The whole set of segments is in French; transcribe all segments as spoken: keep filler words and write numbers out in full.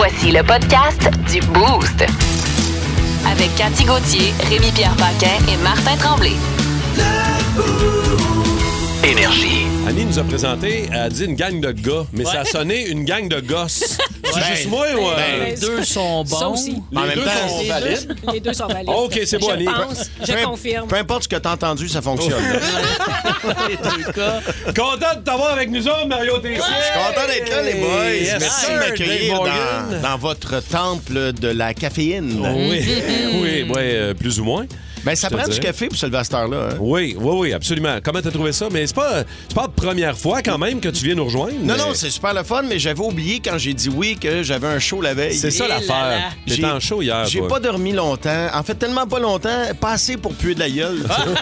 Voici le podcast du Boost. Avec Cathy Gauthier, Rémi-Pierre Paquin et Martin Tremblay. Énergie. Annie nous a présenté, elle a dit une gang de gars, mais Ouais. ça a sonné une gang de gosses. C'est Ouais. juste moi ou... euh, Ben, les deux sont bons. Ça aussi. les en même deux temps, sont Les valides. deux, les deux sont valides. OK, c'est bon, Je Annie. pense, je Peu- confirme. Peu importe ce que t'as entendu, ça fonctionne. Les deux cas. Content de t'avoir avec nous autres, Mario Tessier. Je suis content d'être là, les boys. Yes, Merci sir, de m'accueillir Dave dans, Morgan. dans votre temple de la caféine. Oui, oui, oui, euh, plus ou moins. Ben, ça Je te prend du dirais. café pour se lever à cette heure-là. hein. Oui, oui, oui, absolument. Comment t'as trouvé ça? Mais c'est pas, c'est pas la première fois quand même que tu viens nous rejoindre. Non, mais non, c'est super le fun, mais j'avais oublié quand j'ai dit oui que j'avais un show la veille. c'est ça Et là l'affaire. là. T'étais J'ai- en show hier, J'ai toi. pas dormi longtemps. En fait, tellement pas longtemps, pas assez pour puer de la gueule.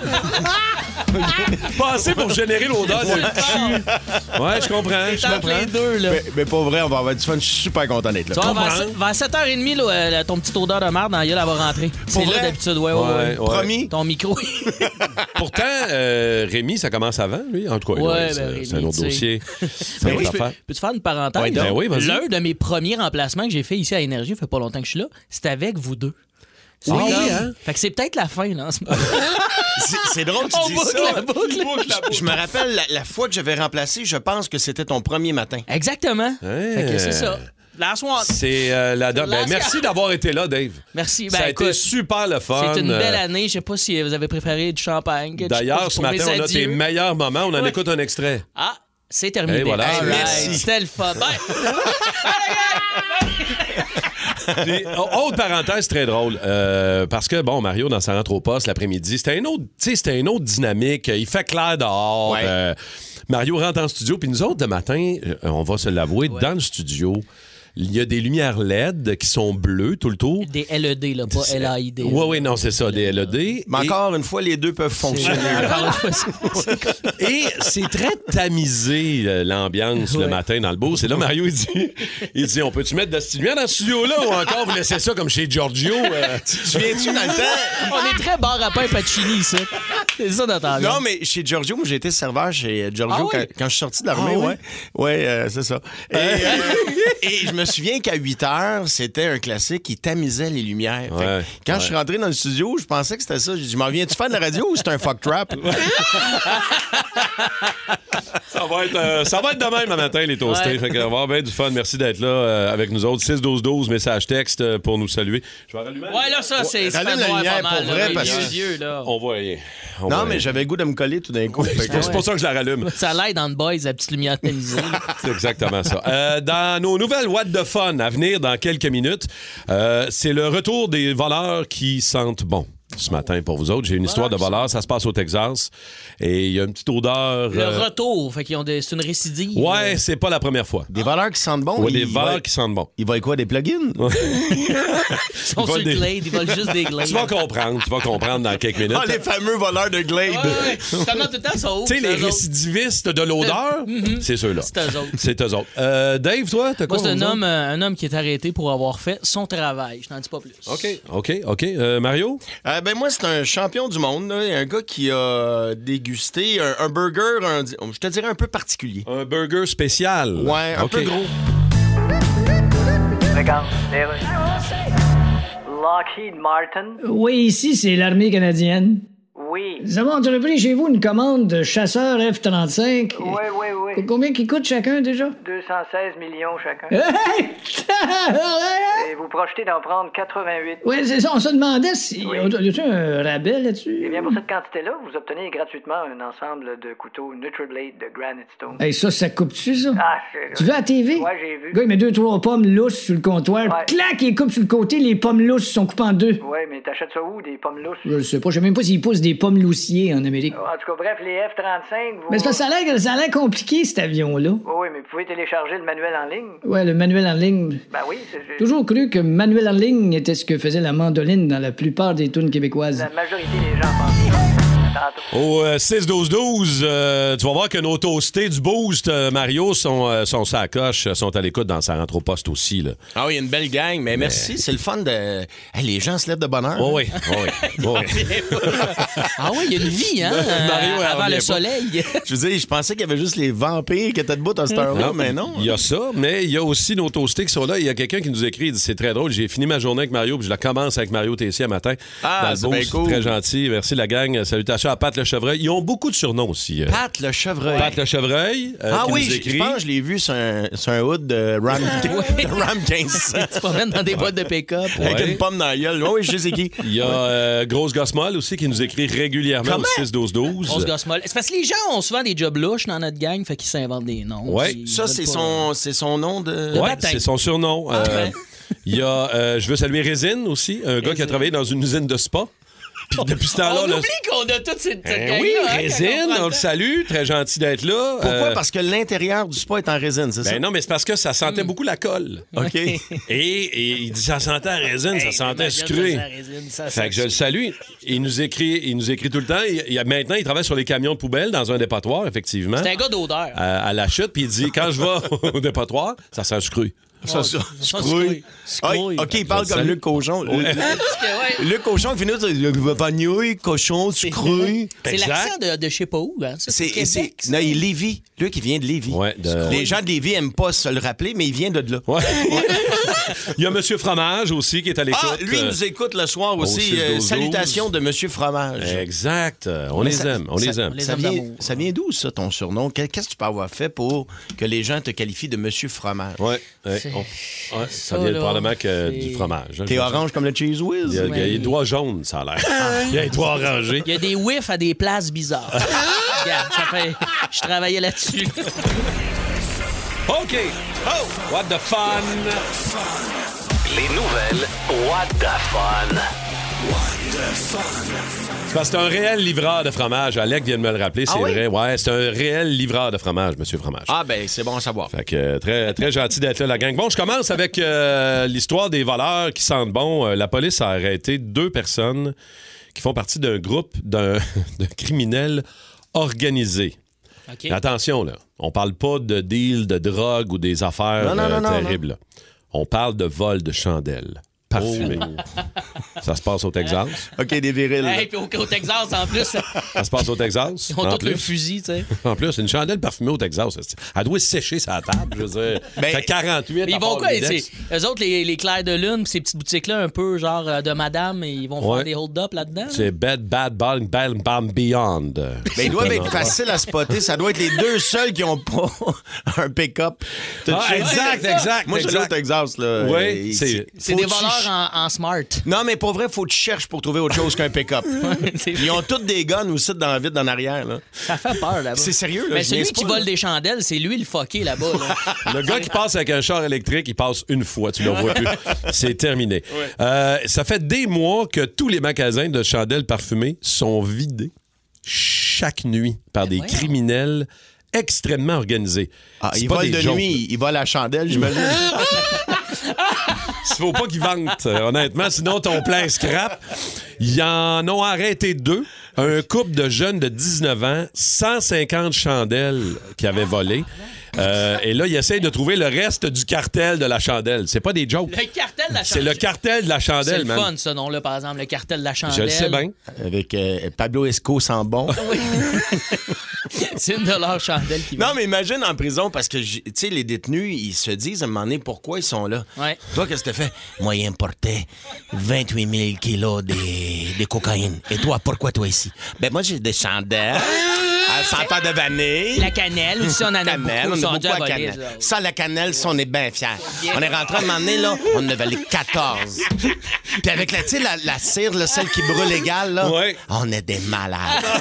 Pas assez pour générer l'odeur de cul. Ouais, je comprends, je Entre comprends. les deux, là. mais, mais pas vrai, on va avoir du fun. Je suis super content d'être là. Tu vois, vers, comprends. vers sept heures trente, là, euh, ton petit odeur de merde dans la gueule, elle va rentrer. C'est vrai? là d'habitude, ouais, ouais, ouais. Ouais, ouais. Promis? Ton micro. Pourtant, euh, Rémi, ça commence avant, lui. En tout cas, Ouais, ouais, ben, c'est, Rémi, c'est un autre tu sais. dossier. C'est Mais une oui, autre je peux, affaire. peux-tu faire une parenthèse? Ouais, ben oui, vas-y. L'un de mes premiers remplacements que j'ai fait ici à Énergie, il fait pas longtemps que je suis là, c'était avec vous deux. C'est Oui, comme- hein? Fait que c'est peut-être la fin, là, en ce moment. C'est, c'est drôle que tu On dis boucle ça. la boucle. Je me rappelle la, la fois que j'avais remplacé, je pense que c'était ton premier matin. Exactement. Ouais. Fait que c'est ça. La soirée. C'est euh, la dame. Ben, Last- merci d'avoir été là, Dave. Merci. ça Ben, a écoute, été super le fun. c'est une belle Euh, année. Je sais pas si vous avez préparé du champagne. quelque D'ailleurs, chose ce pour mes matin, on a adieux. tes meilleurs moments. On en Ouais. écoute un extrait. Ah, c'est terminé. Et voilà. All Hey, right. merci. C'était le fun. Bye. Puis, au- autre parenthèse très drôle, euh, parce que, bon, Mario, dans sa rentre au poste l'après-midi, c'était un autre, tu sais, c'était une autre dynamique. Il fait clair dehors. Ouais. Euh, Mario rentre en studio, puis nous autres, de matin, euh, on va se l'avouer, dans le studio, il y a des lumières L E D qui sont bleues tout le tour. Des L E D, là, pas L A I D. Oui, oui, non, c'est ça, des L E D. Mais Et- encore une fois, les deux peuvent fonctionner. Encore une fois, c'est- Et c'est très tamisé, euh, l'ambiance, le Ouais. matin dans le beau. C'est là, Mario, il dit, il dit, on peut-tu mettre de la petite lumière dans ce studio-là ou encore vous laissez ça comme chez Giorgio? euh? Tu te souviens-tu dans le temps? On est très bar à pain Pacini, ça. C'est ça notre ambiance. Non, mais chez Giorgio, moi, j'ai été serveur chez Giorgio Ah oui? quand, quand je suis sorti de l'armée, Ah oui? ouais. Ouais, euh, c'est ça. Et, euh, et je me souviens qu'à huit heures, c'était un classique qui tamisait les lumières. Fait que Ouais, quand ouais. je suis rentré dans le studio, je pensais que c'était ça. J'ai dit, m'en viens-tu faire de la radio ou c'est un fuck trap? Ça va être, euh, ça va être de même le matin, les toastés. Ouais. Fait que, on va avoir bien du fun. Merci d'être là euh, avec nous autres. six douze douze, message texte euh, pour nous saluer. Je vais rallumer. Ouais, là, ça, c'est. ça Rallume fait la noir lumière pas mal, pour là, vrai, les parce que- vieux yeux, là. On voit rien. On Non, voit mais rien. j'avais le goût de me coller tout d'un coup. Fait que- C'est pour ça que je la rallume. Ça l'aide dans le boys, la petite lumière tamisée. C'est exactement ça. Euh, dans nos nouvelles What the Fun à venir dans quelques minutes, euh, c'est le retour des voleurs qui sentent bon. Ce matin, pour vous autres, j'ai une histoire de voleurs. Ça se passe au Texas. Et il y a une petite odeur. Le euh, retour, fait qu'ils ont des... c'est une récidive. Ouais, c'est pas la première fois. Des voleurs qui sentent bon. Ouais, des ils voleurs volent- qui sentent bon. Ils volent quoi, des plugins? Ils sont Ils sur volent le des- glade, ils volent juste des glades. Tu vas comprendre, tu vas comprendre dans quelques minutes. Ah, les fameux voleurs de Glade. Ouais, ouais. Justement, tout le temps, ça ouvre. Tu sais, les c'est eux autres. récidivistes de l'odeur, c'est ceux-là. C'est eux autres. C'est eux autres. Euh, Dave, toi, t'as quoi? Moi, c'est un pour nous homme, euh, un homme qui est arrêté pour avoir fait son travail. Je t'en dis pas plus. autres? OK, OK, OK. Euh, Mario? Euh, ben moi, c'est un champion du monde. Là. Il y a un gars qui a dégusté un, un burger, un- je te dirais un peu particulier. Un burger spécial. Ouais, un OK. peu gros. Regarde, les rues. Lockheed Martin. Oui, ici, c'est l'armée canadienne. Oui. Nous avons entrepris chez vous une commande de chasseurs F trente-cinq. Oui, oui, oui. Combien qui coûte chacun, déjà? deux cent seize millions chacun. Hey! Et vous projetez d'en prendre quatre-vingt-huit. Oui, c'est ça, on se demandait si... Oui. Y a-tu un rabais Eh là-dessus? bien, pour cette quantité-là, vous obtenez gratuitement un ensemble de couteaux NutriBlade de Granite Stone. Hey, ça, ça coupe-tu, ça? Ah, c'est... Tu veux à la T V? Ouais, j'ai vu. Le gars, il met deux, trois pommes lousses sur le comptoir. Ouais. Clac, il coupe sur le côté, les pommes lousses sont coupées en deux. Ouais, mais t'achètes ça où, des pommes lousses? Je sais pas, je sais même pas s'ils poussent des pommes loussiers en Amérique. En tout cas, bref, les F trente-cinq, vous... Mais c'est parce que ça a l'air, ça a l'air compliqué, cet avion-là. Oui, oui, mais vous pouvez télécharger le manuel en ligne. Ouais, le manuel en ligne. Ben oui, c'est... c'est- Toujours cru que manuel en ligne était ce que faisait la mandoline dans la plupart des tunes québécoises. La majorité des gens pensent ça. Au euh, six douze douze, euh, tu vas voir que nos toastés du Boost, euh, Mario, sont, euh, sont sa coche, sont à l'écoute dans sa rentre au poste aussi. Là. Ah oui, il y a une belle gang, mais, mais... merci, c'est le fun de... Hey, les gens se lèvent de bonne heure. Oh oui, oh oui, oh oui. Ah oui, il y a une vie, hein, Mario, euh, avant le pas. soleil. Je veux dire, je pensais qu'il y avait juste les vampires qui étaient debout à cette heure-là, mais non. Il y a ça, mais il y a aussi nos toastés qui sont là. Il y a quelqu'un qui nous écrit, il dit, c'est très drôle, j'ai fini ma journée avec Mario, puis je la commence avec Mario Tessier à matin. Ah, dans le c'est Boost. bien cool. Très gentil, merci la gang. Salutations à Pat le Chevreuil. Ils ont beaucoup de surnoms aussi. Pat le Chevreuil. Pat le Chevreuil. euh, Ah qui oui, nous je écrit. je pense que je l'ai vu sur un, sur un hood de Ram, de Ram quinze. Tu te promènes dans des boîtes de pick-up. Avec Ouais. une pomme dans la gueule. Oui, oui, je sais qui. Il y a euh, Grosse Gosse Molle aussi qui nous écrit régulièrement Comment? au six douze douze. Grosse gosse molle. C'est parce que les gens ont souvent des jobs louches dans notre gang, fait qu'ils s'inventent des noms. Ouais. Ils Ça, veulent c'est pas- son, c'est son nom de... Ouais, baptême. c'est son surnom. Ah, Euh, ouais. Il y a, euh, je veux saluer Résine aussi, un gars qui a travaillé dans une usine de spa. Puis depuis ce temps-là, On là, oublie qu'on a toute cette, cette Ben gang-là. oui, hein, quand Résine, prend on le temps. salue, très gentil d'être là. Pourquoi? Euh, Parce que l'intérieur du spa est en résine, c'est ça? Ben non, mais c'est parce que ça sentait beaucoup la colle. OK. Et, et il dit ça sentait la résine, ça Hey, sentait ma sucré. gueule, ça résine, ça, Fait ça, que je le salue. Il nous écrit, il nous écrit tout le temps. Il, il- maintenant, il travaille sur les camions de poubelle dans un dépotoir, effectivement. C'est un gars d'odeur. À, à la chute, puis il dit quand je vais au dépotoir, ça sent sucré. Ça, ça, ça, scrouille. scrouille. Ah, OK, il parle Je comme le Luc Cochon. Parce que, ouais, Luc Cochon qui finit de panouille, cochon, sucré. c'est Exact. l'accent de, de je sais pas où. Hein. Ça, C'est, Québec, c'est, ça. non, il est Lévis. Luc, il vient de Lévis. Ouais, de- Les gens de Lévis aiment pas se le rappeler, mais il vient de là. Ouais. Il y a Monsieur Fromage aussi qui est à l'écoute. Ah, lui, il nous écoute le soir aussi. six Euh, douze salutations de Monsieur Fromage. Exact. On les Ça- aime. On ça- les aime. les Ça aime vient, d'amour. ça vient d'où, ça, ton surnom? Que- Qu'est-ce que tu peux avoir fait pour que les gens te qualifient de Monsieur Fromage? Ouais, ouais, C'est- on- ouais, ça ça, vient là, probablement que c'est- du fromage. hein, T'es je- orange comme le Cheese Whiz? Il y a, il y a les doigts jaunes, ça a l'air. Il y a les doigts orangés. Il y a des whiffs à des places bizarres. Regarde, ça fait... Je travaillais là-dessus. OK. Oh, what the fun. Les nouvelles What the Fun. C'est parce que c'est un réel livreur de fromage. Alec vient de me le rappeler, c'est Ah oui? vrai. Ouais, c'est un réel livreur de fromage, Monsieur Fromage. Ah, ben, c'est bon à savoir. Fait que euh, très, très gentil d'être là, la gang. Bon, je commence avec euh, l'histoire des voleurs qui sentent bon. Euh, la police a arrêté deux personnes qui font partie d'un groupe d'un de criminels organisés. OK. Mais attention, là, on parle pas de deal de drogue ou des affaires Non, non, euh, non, non, terribles. là. On parle de vol de chandelles parfumées. Ça se passe au Texas. OK, des virils. Hey, puis au, au Texas, en plus, Ça se passe au Texas. ils ont en tous le plus. fusil, tu sais. En plus, une chandelle parfumée au Texas, elle doit sécher sa table, je veux dire. Ben, ça fait quarante-huit. Mais ils à vont part quoi? le Dex. C'est- Eux autres, les, les clairs de lune, pis ces petites boutiques-là, un peu genre euh, de madame, et ils vont Ouais. faire des hold-up là-dedans. C'est Bad, Bad, Bad, Bad, Bad, Beyond. Ben, ils doivent être faciles à spotter. Ça doit être les deux seuls qui n'ont pas un pick-up. Ah, T'as- exact, exact. Moi, je suis exact. au Texas, là. Oui, Et c'est- C'est faut des que tu voleurs ch- en, en smart. Non, mais pour vrai, faut que tu cherches pour trouver autre chose qu'un pick-up. C'est- Ils ont tous des guns aussi dans la vide en arrière, là. Ça fait peur là-bas. C'est sérieux, là. Mais je celui niaise qui pas, vole là. des chandelles, c'est lui le fucké là-bas. Là. Le gars qui passe avec un char électrique, il passe une fois, tu le vois plus. C'est terminé. Euh, ça fait des mois que tous les magasins de chandelles parfumées sont vidés chaque nuit par des voyons. criminels extrêmement organisés. Ah, C'est ils pas volent des de jokes, nuit, ils volent la chandelle, j'imagine. Il faut pas qu'ils vantent, euh, honnêtement, sinon ton plein scrap. Ils en ont arrêté deux. Un couple de jeunes de dix-neuf ans, cent cinquante chandelles qui avaient volé. Euh, et là, ils essayent de trouver le reste du cartel de la chandelle. C'est pas des jokes. Le cartel de la C'est chandelle. le cartel de la C'est chandelle, le man. fun, ce nom-là, par exemple, le cartel de la Je chandelle. le sais bien. Avec euh, Pablo Esco sans bon. C'est une de leurs chandelles qui Non, mais imagine en prison, parce que, tu sais, les détenus, ils se disent à un moment donné pourquoi ils sont là. Ouais. Toi, qu'est-ce que tu fais? Moi, il importait vingt-huit mille kilos de, de cocaïne. Et toi, pourquoi toi ici? Ben, moi, j'ai des chandelles. À senteur de vanille. La cannelle, aussi, on en a Cannelle, beaucoup. on sont a rendus beaucoup à à voler, cannelle. ça. Ça, la cannelle, ça, on est bien fiers. On est rentré à un moment donné, là, on en a valé quatorze. Puis avec la, tu sais, la, la cire, là, celle qui brûle égale, là, Ouais. on est des malades.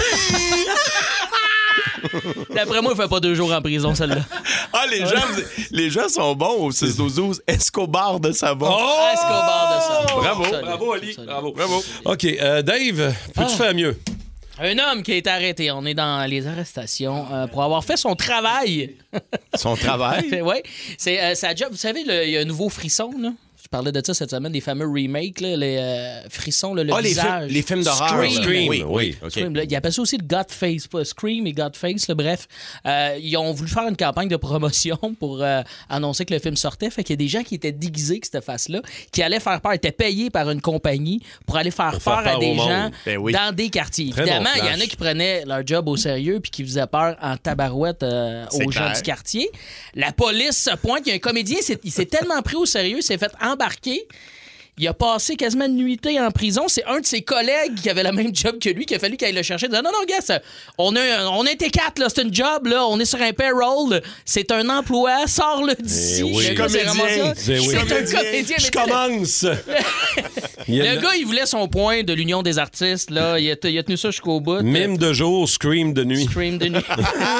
D'après moi, il fait pas deux jours en prison, celle-là. Ah, les gens, les gens sont bons au six douze douze. Escobar de savon. Oh! Escobar de ça. Bravo, Solide. bravo, Ali. Solide. Bravo. Bravo. OK, euh, Dave, peux-tu Ah. faire mieux? Un homme qui a été arrêté. On est dans les arrestations euh, pour avoir fait son travail. Son travail. oui. C'est euh, sa job. Vous savez, le- il y a un nouveau frisson, là. Je parlais de ça cette semaine, des fameux remakes, là, les euh, frissons, là, le Ah, les, visage. films, les films d'horreur. Scream. là. Scream, oui. oui. OK. Scream, là, ils appellent ça aussi le Godface, pas Scream et Godface, là, bref. Euh, ils ont voulu faire une campagne de promotion pour euh, annoncer que le film sortait. Fait qu'il y a des gens qui étaient déguisés avec cette face-là, qui allaient faire peur, étaient payés par une compagnie pour aller faire, Pour peur, faire peur à des au monde. gens Ben oui. dans des quartiers. Très Évidemment, bon il y en flash. a qui prenaient leur job au sérieux puis qui faisaient peur en tabarouette euh, C'est aux gens clair. du quartier. La police se pointe, il y a un comédien, c'est- il s'est tellement pris au sérieux, il s'est fait embarquer. Il a passé quasiment une nuitée en prison. C'est un de ses collègues qui avait le même job que lui qui a fallu qu'il aille le chercher. Il disait, non, non, gars, ça- on a, on a été quatre, là, c'est une job, là, on est sur un payroll, c'est un emploi, sors-le d'ici. Eh oui. Le gars, c'est Comédien. vraiment ça. Eh oui. C'est un Comédien. comédien. Je mais tu sais, commence! Il y a Le gars, il voulait son point de l'Union des artistes. Là. Il, a, il a tenu ça jusqu'au bout. Mime de jour, scream de nuit. Scream de nuit.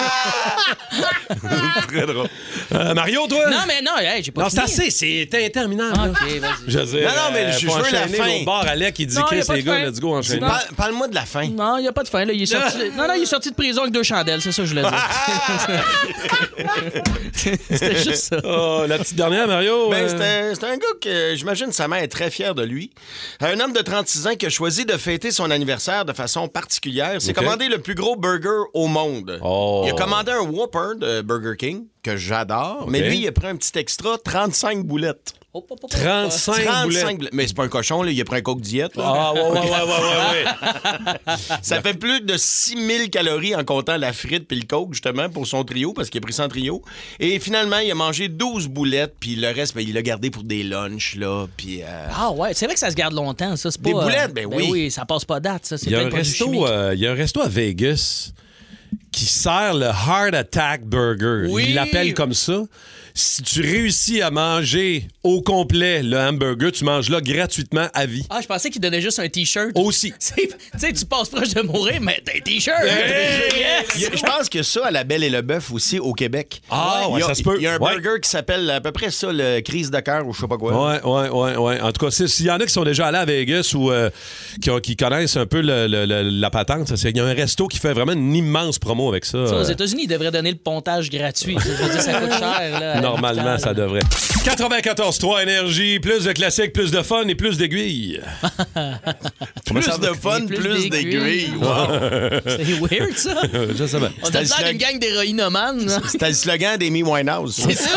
Très drôle. Euh, Mario, toi? non, mais non, hey, j'ai pas Non, c'est fini. assez, c'est interminable. là. OK, vas-y. Je veux dire, Non, non, mais euh, je faut veux la enchaîner fin. l'autre bord, Alec, il dit, Non, y a Chris, pas les de gars, fin. let's go, enchaîner. Non. Parle- Parle-moi de la fin. Non, il n'y a pas de fin. Là. Il est sorti... non, non, il est sorti de prison avec deux chandelles. C'est ça que je voulais dire. C'était juste ça. Oh, la petite dernière, Mario. Ben, euh, c'est un, c'est un gars que j'imagine sa mère est très fière de lui. Un homme de trente-six ans qui a choisi de fêter son anniversaire de façon particulière. C'est OK. commandé le plus gros burger au monde. Oh. Il a commandé un Whopper de Burger King, que j'adore, mais lui, il a pris un petit extra, trente-cinq boulettes. Hop, hop, hop, hop. trente-cinq trente-cinq boulettes. boulettes. Mais c'est pas un cochon, là, il a pris un coke diète. là. Ah, ouais, ouais, ouais, ouais, ouais, ouais. Ça fait plus de six mille calories en comptant la frite puis le coke, justement, pour son trio, parce qu'il a pris ça en trio. Et finalement, il a mangé douze boulettes, puis le reste, ben, il l'a gardé pour des lunchs, là, puis... euh, Ah ouais, c'est vrai que ça se garde longtemps, ça. C'est pas, Des boulettes, euh, ben oui. oui, ça passe pas date, ça. C'est Il y, a plein un de produits resto, chimiques. euh, il y a un resto à Vegas qui sert le Heart Attack Burger. Oui. Il l'appelle comme ça. Si tu réussis à manger au complet le hamburger, tu manges là gratuitement à vie. Ah, je pensais qu'il donnait juste un T-shirt. Aussi. C'est- Tu sais, tu passes proche de mourir, mais t'as un T-shirt. Hey! Yes! Il y a- Je pense que ça, à la Belle et le Bœuf aussi, au Québec. Ah, ouais, il y a, ça se peut. Il y a un Ouais. burger qui s'appelle à peu près ça, le crise de cœur ou je sais pas quoi. Ouais, ouais, ouais, ouais. En tout cas, si- s'il y en a qui sont déjà allés à Vegas ou euh, qui, ont- qui connaissent un peu le- le- le- la patente, ça, c'est- il y a un resto qui fait vraiment une immense promo avec ça. Ça, aux euh, États-Unis, ils devraient donner le pontage gratuit. Je veux dire, ça coûte cher. Là, à Normalement, l'hôpital. ça devrait. quatre-vingt-quatorze trois Énergie, plus de classiques, plus de fun et plus d'aiguilles. Plus de fun, Plus plus, d'aiguilles. d'aiguilles. Wow. C'est weird, ça. Je sais bien. On C'est a un l'air slogan. d'une gang d'héroïnomanes. là. C'était le slogan d'Amy Winehouse. C'est ça.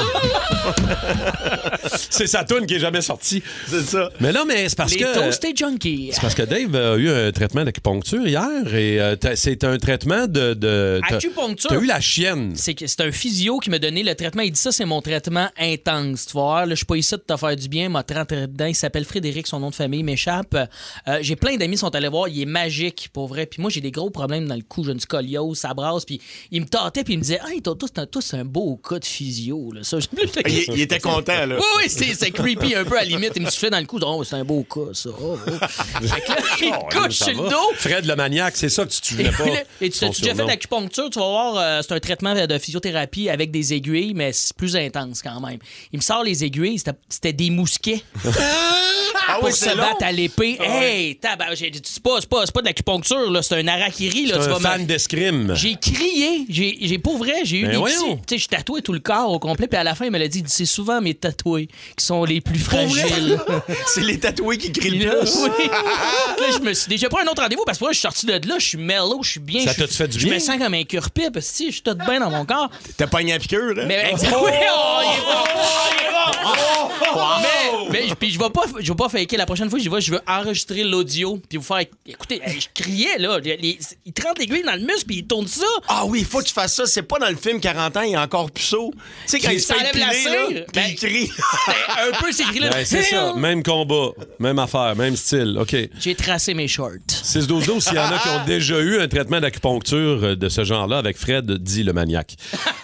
C'est sa toune qui est jamais sortie. C'est ça. Mais non, mais c'est parce Les que... toastés junkies. C'est parce que Dave a eu un traitement d'acupuncture hier et euh, t'as- c'est un traitement de... de t'as- Acupuncture. T'as eu la chienne. C'est que c'est un physio qui m'a donné le traitement. Il dit ça, c'est mon traitement intense. Tu vas voir, là, je suis pas ici de te faire du bien. Il m'a trente dedans. Il s'appelle Frédéric, son nom de famille m'échappe. Euh, j'ai plein d'amis qui sont allés voir. Il est magique, pour vrai. Puis moi, j'ai des gros problèmes dans le cou. J'ai une scoliose, ça brasse. Puis il me tâtait, puis il me disait, hey, toi, toi, c'est un, toi, c'est un beau cas de physio. Là. Ça, Il, il était content, là. Oui, oui, c'est, c'est creepy un peu à la limite. Il me soufflait dans le cou. Oh, c'est un beau cas, ça. Oh, oh. Fait que là, il me couche Ça sur va. le dos. Fred le maniaque, c'est ça que tu te souvenais pas. Et tu son t'as déjà fait surnom. de l'acupuncture, tu vas voir, euh, c'est un traitement de physiothérapie avec des aiguilles, mais c'est plus intense quand même. Il me sort les aiguilles, c'était, c'était des mousquets Ah pour oui, se c'est long. battre à l'épée. Hey, tabar- j'ai dit, c'est pas, c'est, pas, c'est pas de l'acupuncture, là, c'est un harakiri. Là, C'est tu un vas fan me- d'escrime. J'ai crié, j'ai, j'ai pour vrai, j'ai eu Ben des voyons. petits. Tu sais, je tatouais tout le corps au complet, puis à la fin, il me l'a dit, c'est souvent mes tatoués qui sont les plus fragiles. C'est les tatoués qui crient Puis le là, plus. oui. Là, je me suis déjà pris un autre rendez-vous parce que moi, je suis sorti de là, je suis mellow, je suis bien. Ça je suis- t'a-tu fait du Je bien? me sens comme un cure-pipe, parce que si, je suis tout bien dans mon corps. T'as pogné à piqûre, hein? Mais, exactement. Oui, oh, il est bon, oh, il est bon. Mais, mais puis je vais pas, je vais pas faker. La prochaine fois, j'y vais, je veux enregistrer l'audio puis vous faire. Écoutez, hey, je criais là, les- les- il te rentre l'aiguille dans le muscle puis il tourne ça. Ah oui, il faut que tu fasses ça. C'est pas dans le film quarante ans, il est encore puceau. Tu sais, quand Qui il se fait s'enlève la épiler, là, cire. puis Ben, il crie. Un peu ces cris-là. Ouais, c'est ça. Même combat, même affaire, même style. OK. J'ai tracé mes shorts. six douze douze, s'il y en a qui ont déjà eu un traitement d'acupuncture euh, de ce genre-là avec Fred, dit le maniaque.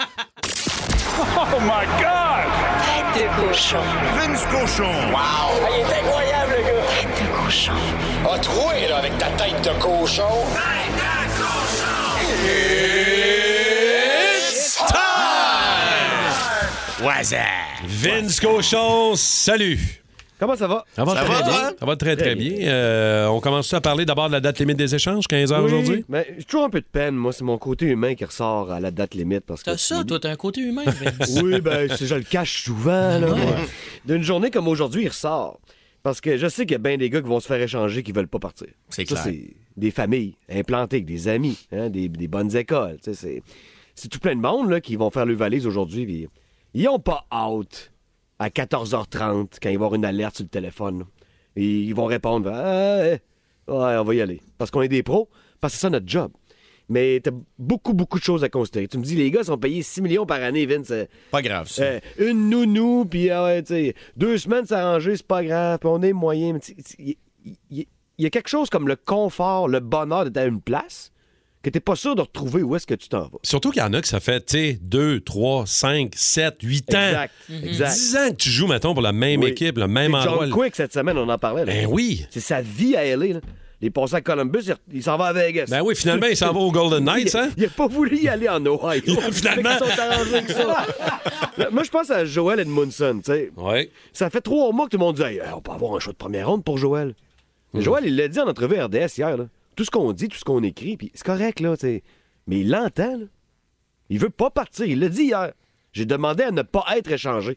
Tête de cochon. Vince Cochon. Wow! Ah, il est incroyable, le gars. Tête de cochon. A troué, là, avec ta tête de cochon. Tête de cochon. It's time! Wazza! Vince Cochon, salut! Comment ça va? Ça va Ça très va, bien. toi? Ça va très, très Très bien. Euh, on commence à parler d'abord de la date limite des échanges, quinze heures aujourd'hui? Mais j'ai toujours un peu de peine, moi, c'est mon côté humain qui ressort à la date limite. Parce que T'as ça, toi, t'as un côté humain. Vince. Oui, ben, c'est- je le cache souvent, là. moi. d'une journée comme aujourd'hui, il ressort. Parce que je sais qu'il y a bien des gars qui vont se faire échanger qui veulent pas partir. C'est ça, clair. c'est des familles implantées, avec des amis, hein, des, des bonnes écoles. Tu sais, C'est, c'est tout plein de monde là, qui vont faire le valise aujourd'hui. Puis ils ont pas hâte à quatorze heures trente quand il va y avoir une alerte sur le téléphone. Là. Et ils vont répondre ah, ouais, on va y aller. Parce qu'on est des pros, parce que c'est ça notre job. Mais t'as beaucoup, beaucoup de choses à considérer. Tu me dis, les gars sont payés six millions par année, Vince. euh, Pas grave, ça. euh, une nounou, puis ah ouais, tu sais, deux semaines s'arranger, c'est pas grave, puis on est moyen. Il y, y a quelque chose comme le confort, le bonheur d'être à une place que t'es pas sûr de retrouver où est-ce que tu t'en vas. Surtout qu'il y en a que ça fait, tu sais, deux, trois, cinq, sept, huit ans. Exact, exact. dix ans que tu joues, mettons, pour la même Oui. équipe, le même C'est endroit. John Quick, cette semaine, on en parlait. là. Ben oui. C'est sa vie à L A. Là. Il est passé à Columbus, il, il s'en va à Vegas. Ben oui, finalement, il s'en va aux Golden Knights, hein? Il a pas voulu y aller en Ohio. Finalement. Ils sont arrangés avec ça. Là, moi, je pense à Joel Edmondson, tu sais. Oui. Ça fait trois mois que tout le monde dit hey, on peut avoir un choix de première ronde pour Joel. Mais Joel, il l'a dit en entrevue R D S hier. Là. Tout ce qu'on dit, tout ce qu'on écrit, puis c'est correct, là, tu sais. Mais il l'entend, là. Il veut pas partir. Il l'a dit hier. J'ai demandé à ne pas être échangé.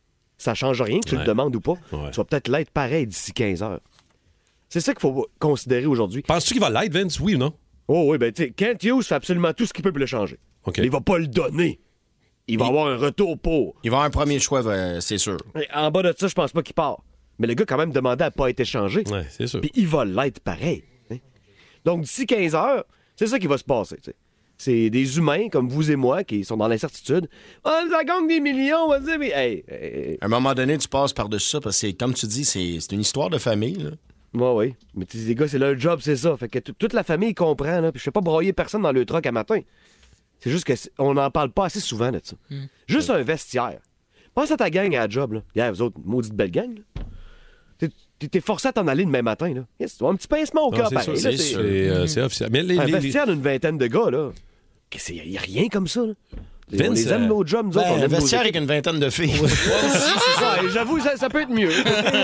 Ça change rien que tu Ouais. le demandes ou pas. Ouais. Tu vas peut-être l'être pareil d'ici quinze heures. C'est ça qu'il faut considérer aujourd'hui. Penses-tu qu'il va l'être, Vince, oui ou non? Oh oui, ben tu sais, Kent Hughes fait absolument tout ce qu'il peut pour le changer. OK. Mais il va pas le donner. Il va Il- avoir un retour pour. Il va avoir un premier choix, euh, c'est sûr. Et en bas de ça, je pense pas qu'il part. Mais le gars, quand même, demandait à pas être échangé. Oui, c'est sûr. Puis il va l'être pareil. hein. Donc, d'ici quinze heures, c'est ça qui va se passer. tu sais. C'est des humains comme vous et moi qui sont dans l'incertitude. Ah, ça gagne des millions, on va dire. Mais, hey, hey, À un moment donné, tu passes par-dessus ça parce que, c'est, comme tu dis, c'est, c'est une histoire de famille. Là. ouais, oui. Mais tu sais, les gars, c'est leur job, c'est ça. Fait que t- toute la famille comprend. Là, puis je fais pas broyer personne dans le truck à matin. C'est juste qu'on n'en parle pas assez souvent de ça. Juste un vestiaire. Pense à ta gang à la job. Là. Yeah, vous autres, maudite belle gang. Là. T'es, t'es forcé à t'en aller demain matin. Là. Yes, tu vois, un petit pincement au Non, cœur, c'est pareil. sûr, là, c'est, c'est- c'est, euh, c'est officiel. Mais les, un les- les- vestiaire d'une vingtaine de gars, là. Il n'y a rien comme ça. Là. on Vince, les aime, euh, nos jobs, nous autres. Ben, on un aime nos vestiaire équipes. avec une vingtaine de filles. C'est ça, et j'avoue, ça, ça peut être mieux.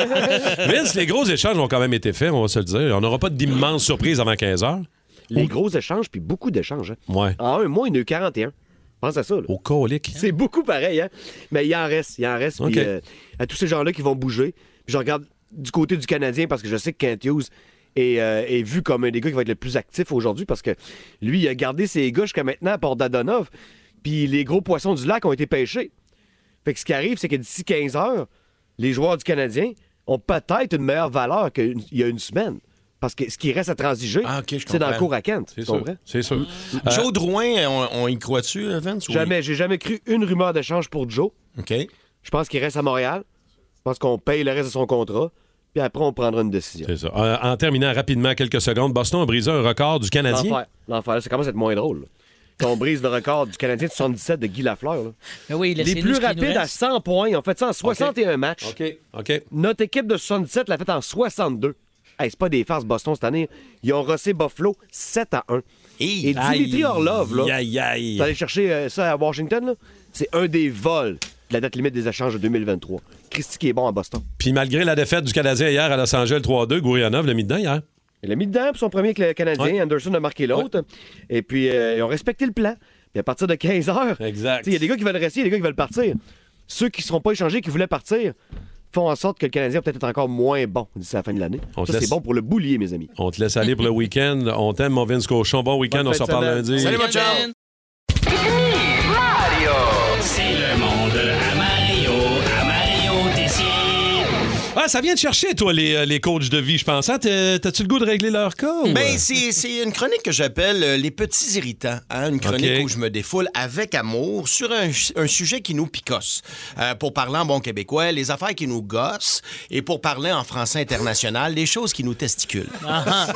Vince, les gros échanges ont quand même été faits, on va se le dire. On n'aura pas d'immenses surprises avant quinze heures. Les gros échanges, puis beaucoup d'échanges. Hein. Ouais. En un mois, il y en a eu quarante et un. Pense à ça. Là. Au colique. C'est beaucoup pareil, hein? Mais il en reste, il en reste. Puis OK. euh, à tous ces gens-là qui vont bouger. Puis je regarde du côté du Canadien parce que je sais que Kent Hughes est, euh, est vu comme un des gars qui va être le plus actif aujourd'hui parce que lui, il a gardé ses gars jusqu'à maintenant à Port-Dadonov. Puis les gros poissons du lac ont été pêchés. Fait que ce qui arrive, c'est que d'ici quinze heures, les joueurs du Canadien ont peut-être une meilleure valeur qu'il y a une semaine. Parce que ce qui reste à transiger, Ah, ok, je c'est dans le comprends. cour à Kent. C'est Tu sûr. comprends? C'est sûr. Euh, Joe Drouin, on, on y croit-tu, Vince? ou- Jamais. J'ai jamais cru une rumeur d'échange pour Joe. OK. Je pense qu'il reste à Montréal. Je pense qu'on paye le reste de son contrat. Puis après, on prendra une décision. C'est ça. Euh, en terminant rapidement, quelques secondes, Boston a brisé un record du Canadien. L'enfer. L'enfer. Là, ça commence à être moins drôle. là. Quand on brise le record du Canadien de soixante-dix-sept de Guy Lafleur. là. Mais oui, Les laissez-nous plus ce qui nous rapides à reste. cent points. Ils ont fait ça en soixante et un matchs. OK. OK. Notre équipe de soixante-dix-sept l'a fait en soixante-deux. Hey, c'est pas des farces Boston cette année. Ils ont rossé Buffalo sept à un. Et Et Dimitri Orlov, là, Aïe, aïe. vous allez chercher euh, ça à Washington, là, c'est un des vols de la date limite des échanges de deux mille vingt-trois. Christy qui est bon à Boston. Puis malgré la défaite du Canadien hier à Los Angeles trois à deux, Gourianov l'a mis dedans hier. Il a mis dedans pour son premier avec le Canadien. Ouais. Anderson a marqué l'autre. Et puis, euh, ils ont respecté le plan. Puis à partir de quinze heures, Exact. il y a des gars qui veulent rester, il y a des gars qui veulent partir. Ceux qui ne seront pas échangés, qui voulaient partir, font en sorte que le Canadien va peut-être être encore moins bon d'ici la fin de l'année. On te Ça, laisse- c'est bon pour le boulier, mes amis. On te laisse aller pour le week-end. On t'aime, mon Vince Cochon. Bon week-end, Bonne on fin se de reparle semaine. lundi. Salut, mon chum! C'est le monde à Mario, à Mario Tessier. Ah, ça vient de chercher, toi, les, euh, les coachs de vie, je pense. Hein? T'as- T'as-tu le goût de régler leur cas? ou, Ben, euh? c'est, c'est une chronique que j'appelle euh, Les petits irritants. Hein? Une chronique OK. où je me défoule avec amour sur un, un sujet qui nous picosse. Euh, pour parler en bon québécois, les affaires qui nous gossent. Et pour parler en français international, les choses qui nous testiculent. Ah,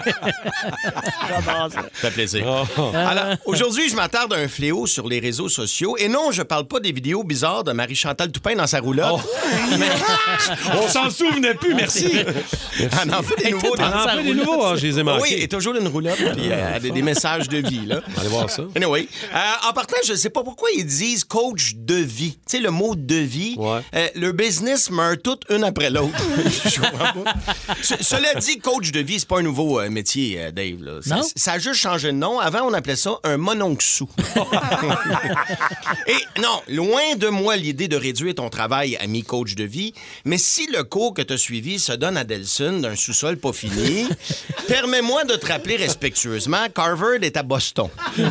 Ça fait plaisir. Oh. Alors, aujourd'hui, je m'attarde à un fléau sur les réseaux sociaux. Et non, je parle pas des vidéos bizarres de Marie-Chantal Toupin dans sa roulotte. Mais- On s'en souvenait plus, merci. On en fait des nouveaux. On en fait des nouveaux, hein, je les ai manqués. Oui, et toujours une roulotte, puis euh, des, des messages de vie, là. Allez voir ça. Anyway, euh, en partant, je ne sais pas pourquoi ils disent coach de vie. Tu sais, le mot de vie, Ouais. euh, le business meurt toutes une après l'autre. Je comprends pas. Ce- Cela dit, coach de vie, c'est pas un nouveau euh, métier, euh, Dave. Là. Ça, Non? ça a juste changé de nom. Avant, on appelait ça un mononcle-sous. Et non, loin de moi l'idée de réduire ton travail, ami coach de vie, mais si le cours que tu as suivi se donne à Delson d'un sous-sol pas fini, permets-moi de te rappeler respectueusement qu'Harvard est à Boston. Mais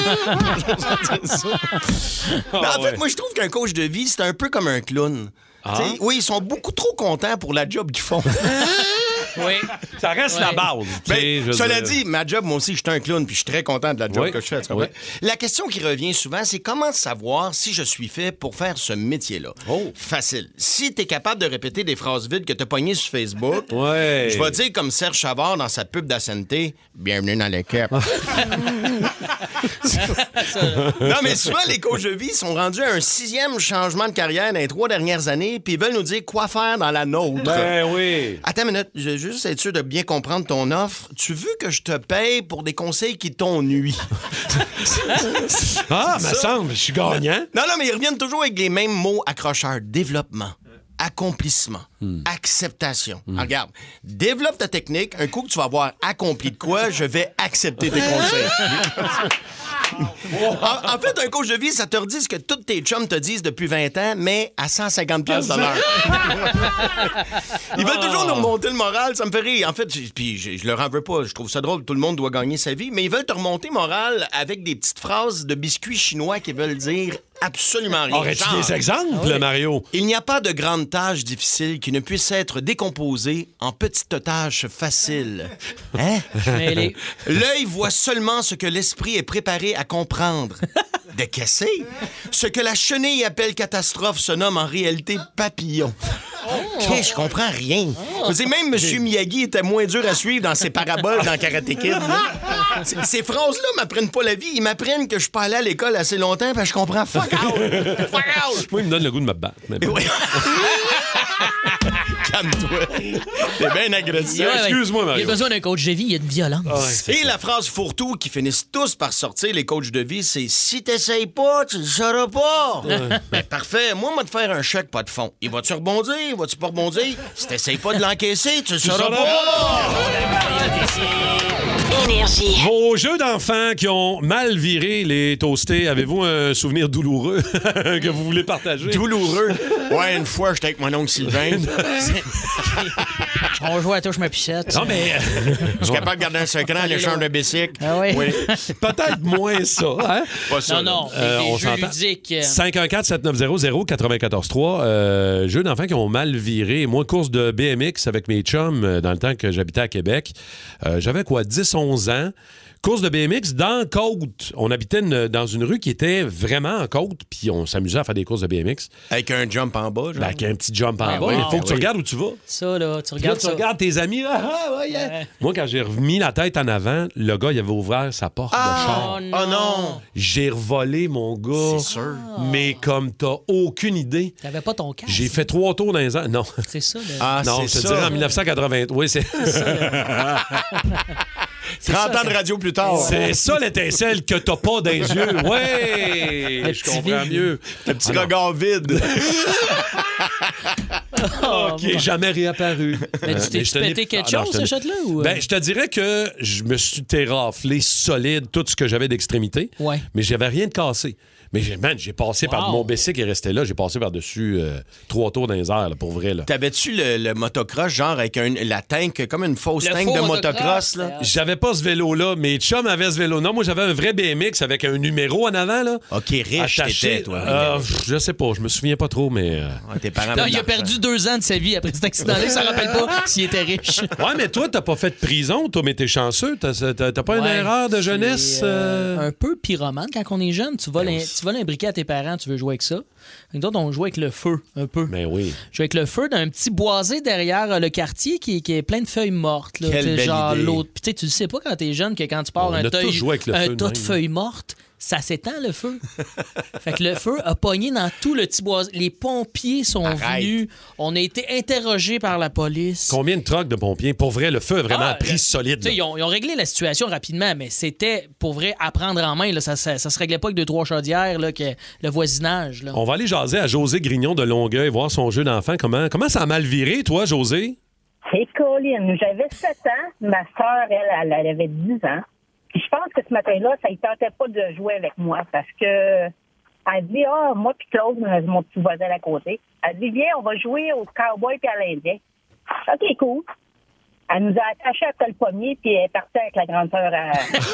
en fait, moi, je trouve qu'un coach de vie, c'est un peu comme un clown. T'sais, oui, ils sont beaucoup trop contents pour la job qu'ils font. Oui. Ça reste Ouais. la base. tu sais, Ben, je veux cela dire. dit, ma job, moi aussi, je suis un clown, puis je suis très content de la job Oui. que je fais. tu comprends? Oui. La question qui revient souvent, c'est comment savoir si je suis fait pour faire ce métier-là? Oh. Facile. Si tu es capable de répéter des phrases vides que tu as pognées sur Facebook, Ouais. je vais dire comme Serge Chavard dans sa pub d'Ascenté, bienvenue dans l'équipe. Non, mais souvent, les coachs de vie sont rendus à un sixième changement de carrière dans les trois dernières années, puis ils veulent nous dire quoi faire dans la nôtre. Ben oui. Attends une minute, je veux juste être sûr de bien comprendre ton offre. Tu veux que je te paye pour des conseils qui t'ont nui? Ah, me semble, je suis gagnant. Non, non, mais ils reviennent toujours avec les mêmes mots accrocheurs. Développement, accomplissement, acceptation. Alors, regarde, développe ta technique. Un coup que tu vas avoir accompli de quoi, je vais accepter tes conseils. en, en fait, un coach de vie, ça te redit ce que tous tes chums te disent depuis vingt ans, mais à cent cinquante piastres de l'heure. Ils veulent toujours nous remonter le moral, ça me fait rire. En fait, j- puis je, je leur en veux pas, je trouve ça drôle, tout le monde doit gagner sa vie, mais ils veulent te remonter le moral avec des petites phrases de biscuits chinois qui veulent dire absolument rien. Aurais-tu Genre, des exemples, Mario? il n'y a pas de grande tâche difficile qui ne puisse être décomposée en petites tâches faciles. Hein? Mêlé. L'œil voit seulement ce que l'esprit est préparé à comprendre. Décaissé. Ce que la chenille appelle catastrophe se nomme en réalité papillon. OK, je comprends rien. Je veux dire, même M. Miyagi était moins dur à suivre dans ses paraboles dans Karate Kid. là. C- Ces phrases-là m'apprennent pas la vie. Ils m'apprennent que je suis pas allé à l'école assez longtemps parce que je comprends fuck out. Fuck out. Moi, il me donne le goût de me battre. mais bon. Oui. Calme-toi. T'es bien agressif. Ouais, ouais. Excuse-moi, Il Mario. y a besoin d'un coach de vie, il y a de violence. Et la phrase fourre-tout qui finissent tous par sortir, les coachs de vie, c'est « Si t'essayes pas, tu le sauras pas! » Ben, parfait. Moi, moi, de faire un chèque, pas de fond. Il va-tu rebondir? Va-tu pas rebondir? Si t'essayes pas de l'encaisser, tu le sauras sauras pas! Énergie. Vos jeux d'enfants qui ont mal viré les toastés, avez-vous un souvenir douloureux que vous voulez partager? Douloureux. Ouais, une fois, j'étais avec mon oncle Sylvain. On joue à touche ma pichette. Non, mais Je suis capable de garder un secret dans l'échange de bicycle. Ah oui? peut-être moins ça. Hein? Pas ça. Non, non, Euh, des on jeux s'entend. ludiques. euh, cinq un quatre sept neuf zéro zéro neuf quatre trois. Euh, jeux d'enfants qui ont mal viré. Moi, course de B M X avec mes chums euh, dans le temps que j'habitais à Québec. Euh, J'avais quoi, dix onze ans. Course de B M X dans Côte. On habitait une- dans une rue qui était vraiment en côte, puis on s'amusait à faire des courses de B M X. Avec un jump en bas, genre. Ben, avec un petit jump en Ben bas. oui, Il faut ben que tu oui. regardes où tu vas. Ça, là, tu Puis là, regardes tu ça. regardes tes amis. Ah, ah, ouais, yeah. Ouais. Moi, quand j'ai remis la tête en avant, le gars, il avait ouvert sa porte de char. Oh Oh non! J'ai revolé, mon gars. C'est sûr. Mais comme t'as aucune idée, T'avais pas ton casque. j'ai fait trois tours dans les ans. Non. C'est ça, là. Ah, non, c'est je te ça. dirais en dix-neuf cent quatre-vingt. Oui, c'est. trente ans de radio plus tard. C'est ça l'étincelle que t'as pas dans les yeux. Ouais! Le Je petit comprends vide. mieux. Le petit regard vide. Oh, qui est jamais réapparu. Mais tu Euh, t'es mais je te l'ai- pété quelque Ah, non, chose, je te ce l'ai- shot-là? Ou... euh? Ben, je te dirais que je me suis terraflé solide tout ce que j'avais d'extrémité, Ouais. mais j'avais rien de cassé. Mais j'ai, man, j'ai passé par Wow. mon bicycle qui est resté là, j'ai passé par-dessus euh, trois tours dans les airs, là, pour vrai. Là. T'avais-tu le, le motocross, genre avec un, la tank, comme une fausse Le tank faux de motocross, motocross, là? J'avais pas ce vélo-là, mais chum avait ce vélo. Non, moi, j'avais un vrai B M X avec un numéro en avant, là. OK, riche attaché. t'étais, toi. Euh, pff, je sais pas, je me souviens pas trop, mais... euh, Ouais, tes parents Non, avaient il a de l'argent. perdu deux ans de sa vie après cet accident-là. Il s'en rappelle pas s'il était riche. Ouais, mais toi, t'as pas fait de prison, toi, mais t'es chanceux. T'as, t'as- t'as pas une Ouais, erreur de c'est, jeunesse? euh, euh? Un peu pyromane quand on est jeune. Tu voles, Ben un, oui. tu voles un briquet à tes parents, tu veux jouer avec ça. Nous autres, on joue avec le feu, un peu. Ben oui. Je joue avec le feu d'un petit boisé derrière euh, le quartier qui, qui est plein de feuilles mortes. Là, Quelle Tu sais, belle genre idée. l'autre. Puis tu sais, tu le sais pas quand t'es jeune que quand tu pars On un, a tas, tous joué avec le un feu de tas de même. feuilles mortes, ça s'étend, le feu. Fait que le feu a pogné dans tout le petit bois. Les pompiers sont Arrête. venus. On a été interrogés par la police. Combien de trucks de pompiers? Pour vrai, le feu a vraiment Ah, pris le- solide. Tu sais, là. Ils ont, ils ont réglé la situation rapidement, mais c'était, pour vrai, à prendre en main. Là. Ça, ça, ça se réglait pas avec deux, trois chaudières, là, que le voisinage. Là. On va aller jaser à José Grignon de Longueuil, voir son jeu d'enfant. Comment, comment ça a mal viré, toi, José? C'est Colin. J'avais sept ans. Ma soeur, elle, elle, elle avait dix ans. Puis je pense que ce matin-là, ça ne tentait pas de jouer avec moi parce que elle dit, ah, moi puis Claude, mon petit voisin à côté, elle dit, viens, on va jouer au cowboy puis à l'Indien. OK, cool. Elle nous a attachés après le pommier puis elle est partie avec la grande sœur à...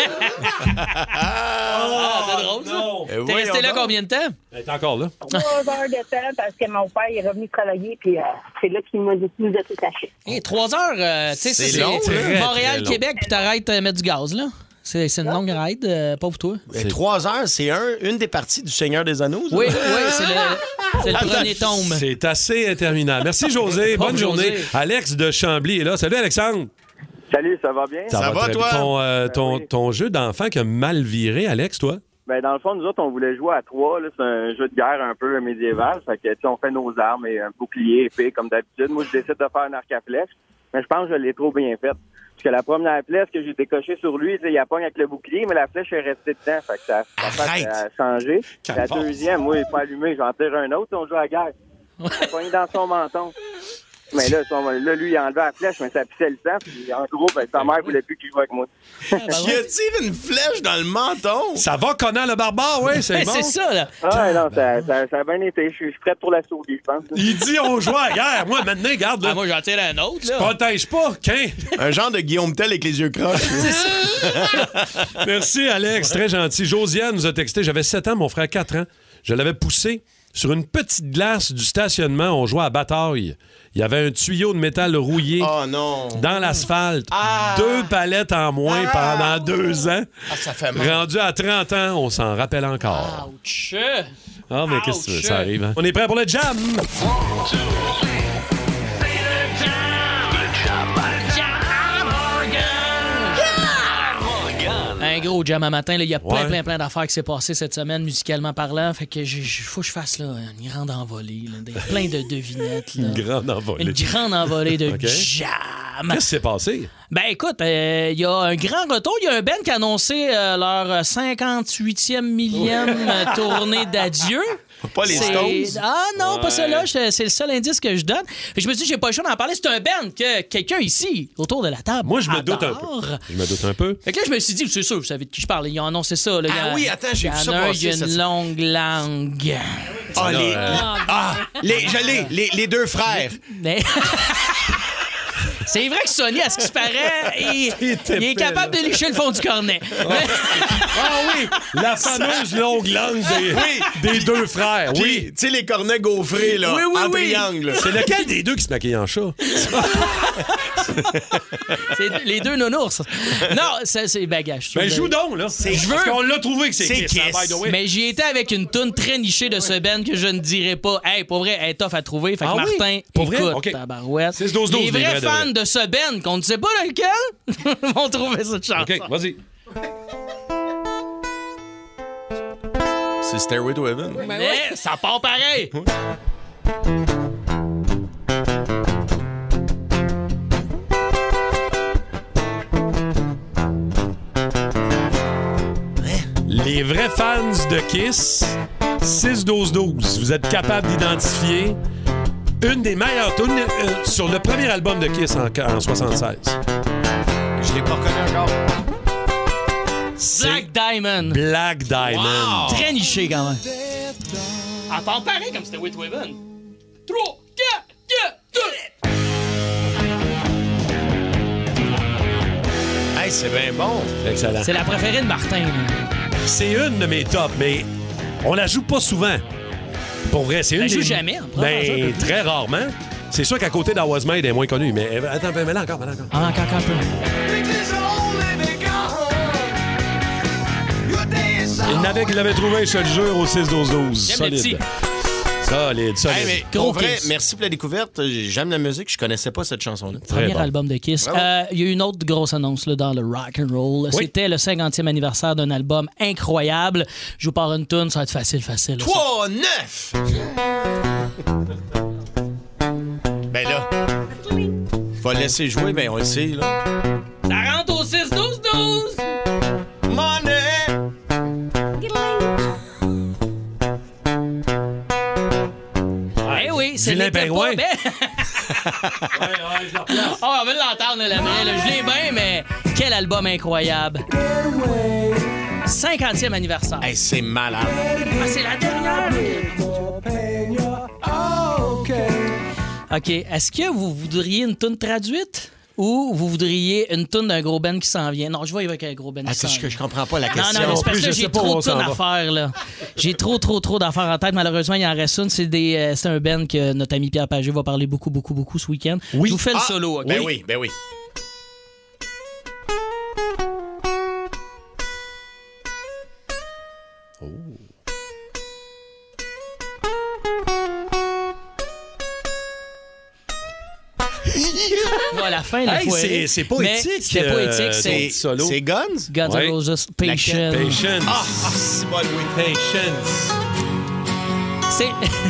Ah, c'est drôle, ça. Euh, T'es voyons resté là donc. combien de temps? Elle est encore là. trois heures de temps parce que mon père est revenu travailler puis euh, c'est là qu'il m'a dit, nous a tout taché. Hey, trois heures, euh, tu sais, C'est c'est long, c'est là. Montréal-Québec, puis t'arrêtes de mettre du gaz, là. C'est c'est une longue ride, euh, pauvre toi. Ben, Trois heures, c'est un, une des parties du Seigneur des Anneaux. ça? Oui, oui, c'est le, c'est le premier tome. C'est assez interminable. Merci, José. Pauvre Bonne journée. José. Alex de Chambly est là. Salut, Alexandre. Salut, ça va bien? Ça va, très toi? bien. Ton, euh, ton, oui. ton jeu d'enfant qui a mal viré, Alex, toi? Ben, dans le fond, nous autres, on voulait jouer à trois. Là. C'est un jeu de guerre un peu médiéval. Fait que, tu sais, on fait nos armes et un bouclier épée, comme d'habitude. Moi, je décide de faire un arc à flèche. Mais je pense que je l'ai trop bien fait. Parce que la première flèche que j'ai décochée sur lui, tu sais, il a pogne avec le bouclier, mais la flèche est restée dedans. Fait que ça, ça Arrête! fait a changé. La Calvaire. deuxième, moi, il n'est pas allumé. J'en tire un autre. On joue à la guerre. Il a pogné dans son menton. Mais là, son- là, lui, il a enlevé la flèche, mais ça pissait le sang. Puis, en gros, ben, sa mère voulait plus qu'il joue avec moi. Ah, ben Tu ouais. as tiré une flèche dans le menton. Ça va, Conan le barbare, oui, c'est Ben, bon. c'est ça, là. Ah, non, ça, ça, ça a bien été. Je suis je suis prête pour la sauver, je pense. Il dit on joue à la guerre. Moi, maintenant, regarde, là. Ah, moi, j'en tire un autre, là. Protège pas, qu'un. Un genre de Guillaume Tell avec les yeux croches. Merci, Alex. Très gentil. Josiane nous a texté. J'avais sept ans, mon frère quatre ans. Je l'avais poussé sur une petite glace du stationnement. On jouait à bataille. Il y avait un tuyau de métal rouillé Oh non. dans l'asphalte. Ah. Deux palettes en moins Ah. pendant deux ans. Ah, ça fait mal. Rendu à trente ans, on s'en rappelle encore. Ouch! Ah, mais qu'est-ce que tu veux, Ouch. ça arrive. Hein? On est prêt pour le jam. Un gros jam à matin. là. Il y a plein, Ouais. plein, plein d'affaires qui s'est passé cette semaine, musicalement parlant. Fait que il faut que je fasse là, une grande envolée. Là, des- plein de devinettes. Là. Une grande envolée. Une grande envolée de OK. jam. Qu'est-ce qui s'est passé? Ben écoute, euh, il y a un grand retour. Il y a un band qui a annoncé euh, leur cinquante-huitième millième euh, tournée d'adieu. Pas les C'est- Stones. Ah non, pas Ouais. celle-là. Je- C'est le seul indice que je donne. Et je me suis dit, j'ai pas le choix d'en parler. C'est un band que quelqu'un ici, autour de la table, Moi, je me doute un adore. peu. Je me doute un peu. Fait que là, je me suis dit, c'est sûr, vous savez de qui je parle. Ils ont annoncé ça. Là. Il y a- Ah oui, attends, j'ai il y vu en ça a un, passer, Il y a ça. une longue langue. Ah, là, les, euh, ah, les, je l'ai, les, les deux frères. Mais- C'est vrai que Sonny, à ce qui se paraît, il, Il était il est épais, capable là. de licher le fond du cornet. Ah oui! La fameuse longue langue des, des deux frères. Puis, Oui. tu sais, les cornets gaufrés, là, Oui, oui, en oui. triangle. C'est lequel des deux qui se maquille en chat? C'est les deux nounours. Non, ça, c'est bagage. Ben, joue donc, là. Je veux. Parce qu'on l'a trouvé que c'est C'est Kiss, Kiss. hein, by the way. Mais j'y étais avec une toune très nichée de ce band que je ne dirais pas. Hey, pour vrai, elle est tough à trouver. Fait que Ah oui? Martin, Pour vrai? écoute, OK. tabarouette. six douze douze, Les les vrais vrais de fans vrai. de ce band, qu'on ne sait pas lequel, vont trouver cette chanson. OK, vas-y. C'est Stairway to Heaven. Mais ça part pareil. Les vrais fans de Kiss, six douze douze. Vous êtes capable d'identifier une des meilleures tunes euh, sur le premier album de Kiss en, en soixante-seize. Je l'ai pas reconnu encore. C'est Black Diamond. Black Diamond. Très niché quand même. Elle part pareil comme c'était With Weaven. trois, quatre, quatre, deux. Hey, c'est bien bon. Excellent. C'est la préférée de Martin. là. C'est une de mes tops, mais on la joue pas souvent. Pour vrai, c'est une la des... joue jamais, on pourrait faire ça un Ben, peu plus. très rarement. C'est sûr qu'à côté d'A Was Made, elle est moins connue, mais euh, attends, mets-la encore, mets-la encore. Ah, encore, encore un peu. Il n'avait qu'il l'avait trouvé, je te le jure, au six douze douze. J'aime les Solide. petits. Solide, solide. Hey, mais Gros pour vrai, Kiss. merci pour la découverte. J'aime la musique, je connaissais pas cette chanson-là. Premier bon. album de Kiss. Bravo. Euh, Il y a eu une autre grosse annonce là, dans le rock and roll. Oui. C'était le cinquantième anniversaire d'un album incroyable. Je vous pars une tune, ça va être facile, facile. là, ça. trois neuf! Ben là, va le laisser jouer, ben on le sait, là. Ça rentre au six douze douze! Money! Eh oui, c'est Vilain pingouin. Oh, on veut l'entendre, la vraie. là. Je l'ai bien, mais quel album incroyable. cinquantième anniversaire. Hey, c'est malade. Ah, c'est la dernière. OK. Est-ce que vous voudriez une toune traduite ou vous voudriez une toune d'un gros band qui s'en vient? Non, je vais avec un gros band qui Attends, s'en je, vient. je comprends pas la Non, question. non, mais c'est parce plus, que je j'ai sais pas où trop on de s'en tonnes à va. faire, là. J'ai trop, trop, trop d'affaires en tête. Malheureusement, il en reste une. C'est, des, euh, c'est un band que notre ami Pierre Pagé va parler beaucoup, beaucoup, beaucoup ce week-end. Oui. Je vous fais le Ah, solo, OK? Ben oui, ben oui. Voilà, la fin, la Hey, foirée. c'est- c'est poétique, Mais C'était euh, poétique. ton C'est petit solo. C'est Guns? Guns Ouais. N' Roses, Patient. Patience. Ah, ah, c'est bon, oui. Patience. C'est...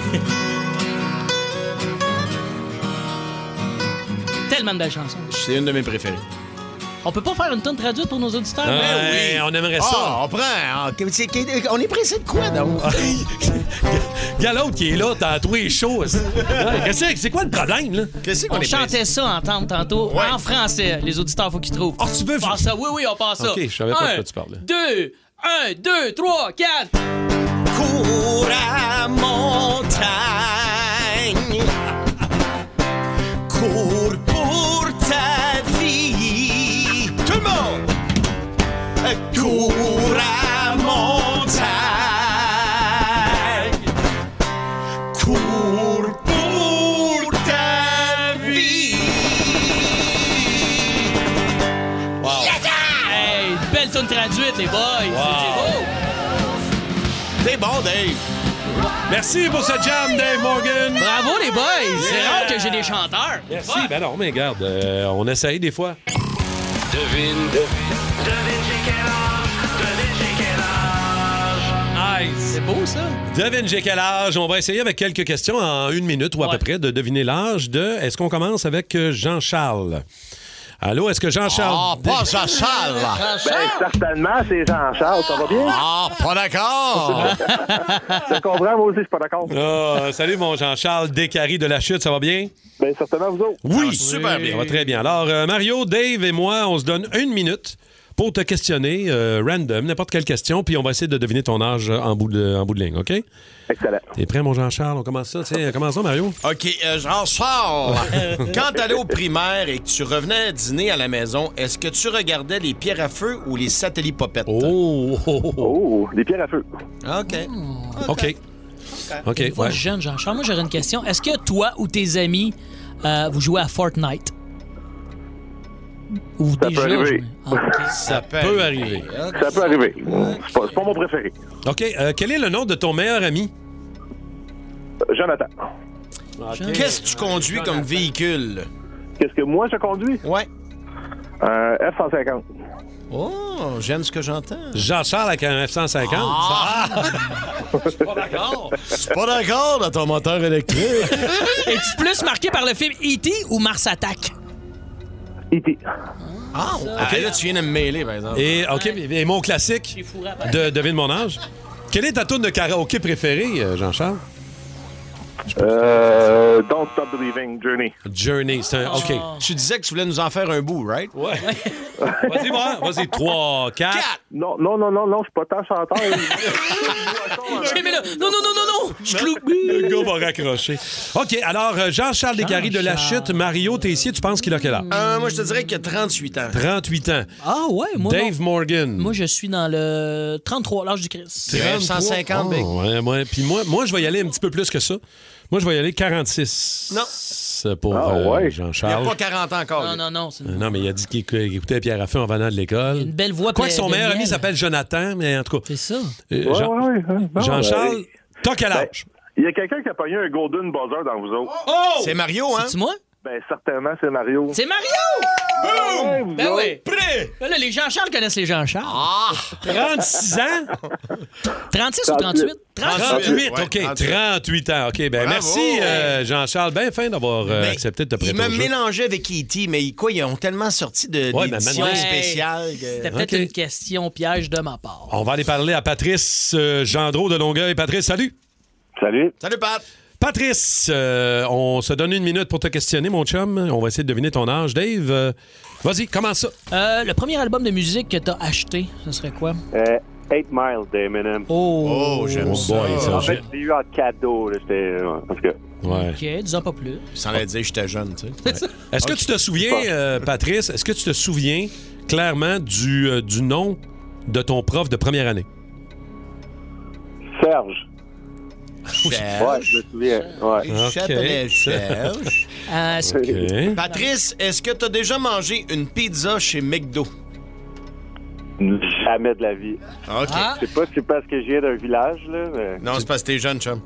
Tellement de belles chansons. C'est une de mes préférées. On peut pas faire une tonne traduite pour nos auditeurs? Ouais, Ben oui. on aimerait ça. Ah, on prend. ah, que- c'est- que- on est pressé de quoi, donc? Il y a l'autre qui est là, t'as tous les shows. Qu'est-ce que c'est quoi le problème, là? Qu'est-ce qu'on On est pressé? chantait ça ensemble tantôt Ouais. en français. Les auditeurs, faut qu'ils trouvent. Ah, tu veux- On passe ça? Oui, oui, on passe ça. Ok, je savais pas de Un, quoi tu parlais. Deux, un, deux, trois, quatre. Cours à montagne. Cours pour ta vie. Tout le monde. Cours à montagne. Cours pour ta vie. Hey, belle tonne traduite, les boys. C'est beau. T'es bon, Dave. Merci pour ce jam, Dave Morgan. Bravo, les boys. C'est rare que j'ai des chanteurs. Merci. Ben non, mais regarde, euh, on essaye des fois. Devine, devine, devine j'ai quel âge, devine j'ai quel âge. Nice. C'est beau, ça. Devine j'ai quel âge. On va essayer avec quelques questions en une minute ou à Ouais. peu près de deviner l'âge de... Est-ce qu'on commence avec euh, Jean-Charles? Allô, est-ce que Jean-Charles... Ah, pas Jean-Charles. Ben, certainement, c'est Jean-Charles, ça va bien? Ah, pas d'accord. Je comprends, moi aussi, je suis pas d'accord. Ah, salut, mon Jean-Charles Descaries de la Chute, ça va bien? Ben, certainement, vous autres. Oui, super bien. Ça va très bien. Alors, euh, Mario, Dave et moi, on se donne une minute pour te questionner, euh, random, n'importe quelle question, puis on va essayer de deviner ton âge en bout de, en bout de ligne, OK? Excellent. T'es prêt, mon Jean-Charles? On commence ça, tiens, commençons, Mario. OK, euh, Jean-Charles, quand t'allais au primaire et que tu revenais dîner à la maison, est-ce que tu regardais les pierres à feu ou les satellites popettes? Oh! oh, oh. Oh, des pierres à feu. OK. OK. OK, Une fois ouais. jeune, Jean-Charles, moi, j'aurais une question. Est-ce que toi ou tes amis, euh, vous jouez à Fortnite? Ou Ça déjà peut arriver. joué? Ah, OK. Ça peut arriver. Ça peut arriver. C'est pas, c'est pas mon préféré. OK, euh, quel est le nom de ton meilleur ami? Euh, Jonathan. Qu'est-ce que tu conduis comme véhicule? Qu'est-ce que moi, je conduis? Ouais. Un F cent cinquante. Oh, j'aime ce que j'entends. Jean-Charles avec un F cent cinquante. Ah! Je suis pas d'accord. Je suis pas d'accord dans ton moteur électrique. Es-tu plus marqué par le film E T ou Mars Attack? E T. Ah, OK, là, tu viens de me mêler, par exemple. Et, OK, et mon classique de Devine mon âge. Quelle est ta tourne de karaoké préférée, euh, Jean-Charles? Euh, Don't Stop Believing, Journey. Journey, c'est un... OK. Tu disais que tu voulais nous en faire un bout, right? Ouais. Vas-y, voir. Vas-y, trois, quatre. Non, non, non, non, non, je suis pas tant chanteur. J'ai mis là. Non, non, non, non, non. Je cloue. Le gars va raccrocher. OK, alors, euh, Jean-Charles Descaries de la Chute, Mario Tessier, tu penses qu'il a quel âge? Euh, moi, je te dirais qu'il y a trente-huit ans. trente-huit ans. Ah ouais, moi Dave non. Morgan. Moi, je suis dans le trente-trois, l'âge du Christ. F cent cinquante, big. Oh, ouais, ouais. Puis moi, moi, je vais y aller un petit peu plus que ça. Moi, je vais y aller quarante-six. Non. C'est pour Ah, euh, ouais. Il n'y a Jean-Charles. pas quarante ans encore. Non, lui. non, non. C'est Euh, non, mais il a dit qu'il qu'il écoutait Pierre à feu en venant de l'école. une belle voix. Quoi que son pleine de meilleur ami miel. s'appelle Jonathan, mais en tout cas. C'est ça. euh, Ouais, Jean- ouais, ouais. Bon, Jean-Charles, ben, t'as quel âge? Il y a quelqu'un qui a pogné un Golden Buzzer dans vous autres. Oh! C'est Mario, hein? C'est moi? Ben, certainement, c'est Mario. C'est Mario! Boum! Ouais, Ben autres. oui. Prêt! Ben là, les Jean-Charles connaissent les Jean-Charles. Ah! trente-six ans? trente-six ou trente-huit? trente-huit, Ouais, OK. trente-huit. trente-huit ans. OK, ben Bravo. merci, euh, Jean-Charles. Bien fin d'avoir euh, Mais accepté de te prêter Il me au jeu. mélangeait avec E T, mais quoi, ils ont tellement sorti de Ouais, mais d'éditions maintenant- spéciales. que- C'était peut-être OK. une question piège de ma part. On va aller parler à Patrice euh, Gendreau de Longueuil. Patrice, salut. Salut. Salut, Pat. Patrice, euh, on se donne une minute pour te questionner, mon chum. On va essayer de deviner ton âge. Dave, euh, vas-y, commence ça. Euh, le premier album de musique que t'as acheté, ce serait quoi? Euh, Eight Miles d'Eminem. Oh! Oh, j'aime Oh ça. boy, ça, En j'ai- fait, j'ai eu en cadeau. Là, j'étais... En tout cas. Ouais. OK, disons pas plus. Sans le dire, j'étais jeune, tu sais. Est-ce que tu te souviens, euh, Patrice, est-ce que tu te souviens clairement du, euh, du nom de ton prof de première année? Serge. Ouais, je me souviens. Ouais. Il s'appelait Serge. Euh, est-ce que- OK. Patrice, est-ce que t'as déjà mangé une pizza chez McDo? Jamais de la vie. OK. Ah. Je sais pas si c'est parce que je viens d'un village, là, mais... Non, c'est parce que t'es jeune, chum.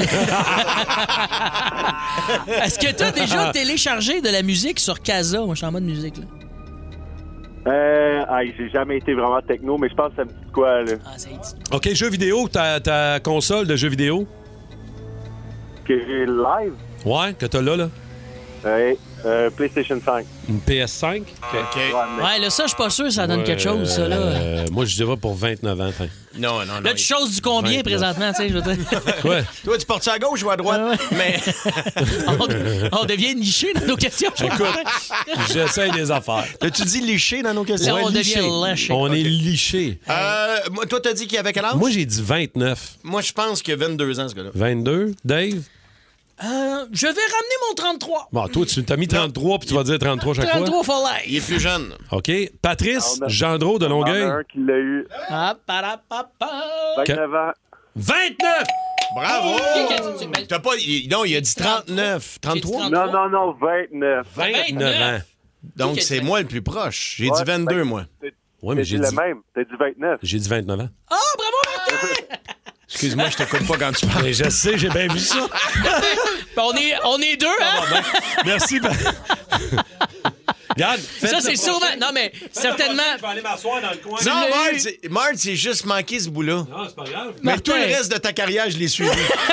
Est-ce que t'as déjà téléchargé de la musique sur Casa? Moi, je suis en mode musique, là. Euh, ah, j'ai jamais été vraiment techno, mais je pense que ça me dit de quoi, là. Ah, ça y est. OK, jeux vidéo, ta, ta console de jeux vidéo? Que j'ai live, Ouais, que t'as là, là? ouais, euh, PlayStation cinq. Une P S cinq? OK. OK. Ouais, là, ça, je suis pas sûr que ça donne Ouais, quelque chose, ça, là. euh, moi, je dirais pour vingt-neuf ans. fin. Non, non, non. Là, tu choses du combien vingt-neuf. présentement, tu sais, je veux dire. Ouais. Toi, tu portes ça à gauche ou à droite? Mais on, on devient niché dans nos questions. J'essaie des affaires. as-tu dit liché dans nos questions? Là, on Ouais, liché. devient léché. On est liché. Euh, moi, toi, t'as dit qu'il y avait quel âge? Moi, j'ai dit vingt-neuf. Moi, je pense qu'il y a vingt-deux ans, ce gars-là. vingt-deux. Dave? Euh, je vais ramener mon trente-trois. Bon, toi, tu t'as mis trente-trois, puis tu vas dire trente-trois chaque fois. trente-trois for life. Il est plus jeune. OK. Patrice On a- Gendreau de Il y en Longueuil. a un qui l'a eu. Ah, parapapa. vingt-neuf ans. vingt-neuf! Bravo! Qui a dit- ben, T'as pas... il- Non, il a dit trente-neuf. trente-trois? Non, non, non, vingt-neuf. vingt-neuf ans. Donc, Qui a c'est dit- moi le plus proche. J'ai Ouais, dit vingt-deux, ben, moi. Oui, mais T'as j'ai dit dit, le même. T'as dit vingt-neuf. j'ai dit vingt-neuf ans. Ah, bravo, Martin! Excuse-moi, je t'écoute pas quand tu parles. Mais je sais, j'ai bien vu ça. Ben, on, est, on est deux, hein? Merci. Ben- Regarde, Ça, c'est sûrement. Non, mais certainement. Je vais aller m'asseoir dans le coin. Non, l'as Marthe, eu. c'est... Marthe, c'est juste manqué ce bout-là. Non, c'est pas grave. Mais Martin. tout le reste de ta carrière, je l'ai suivi.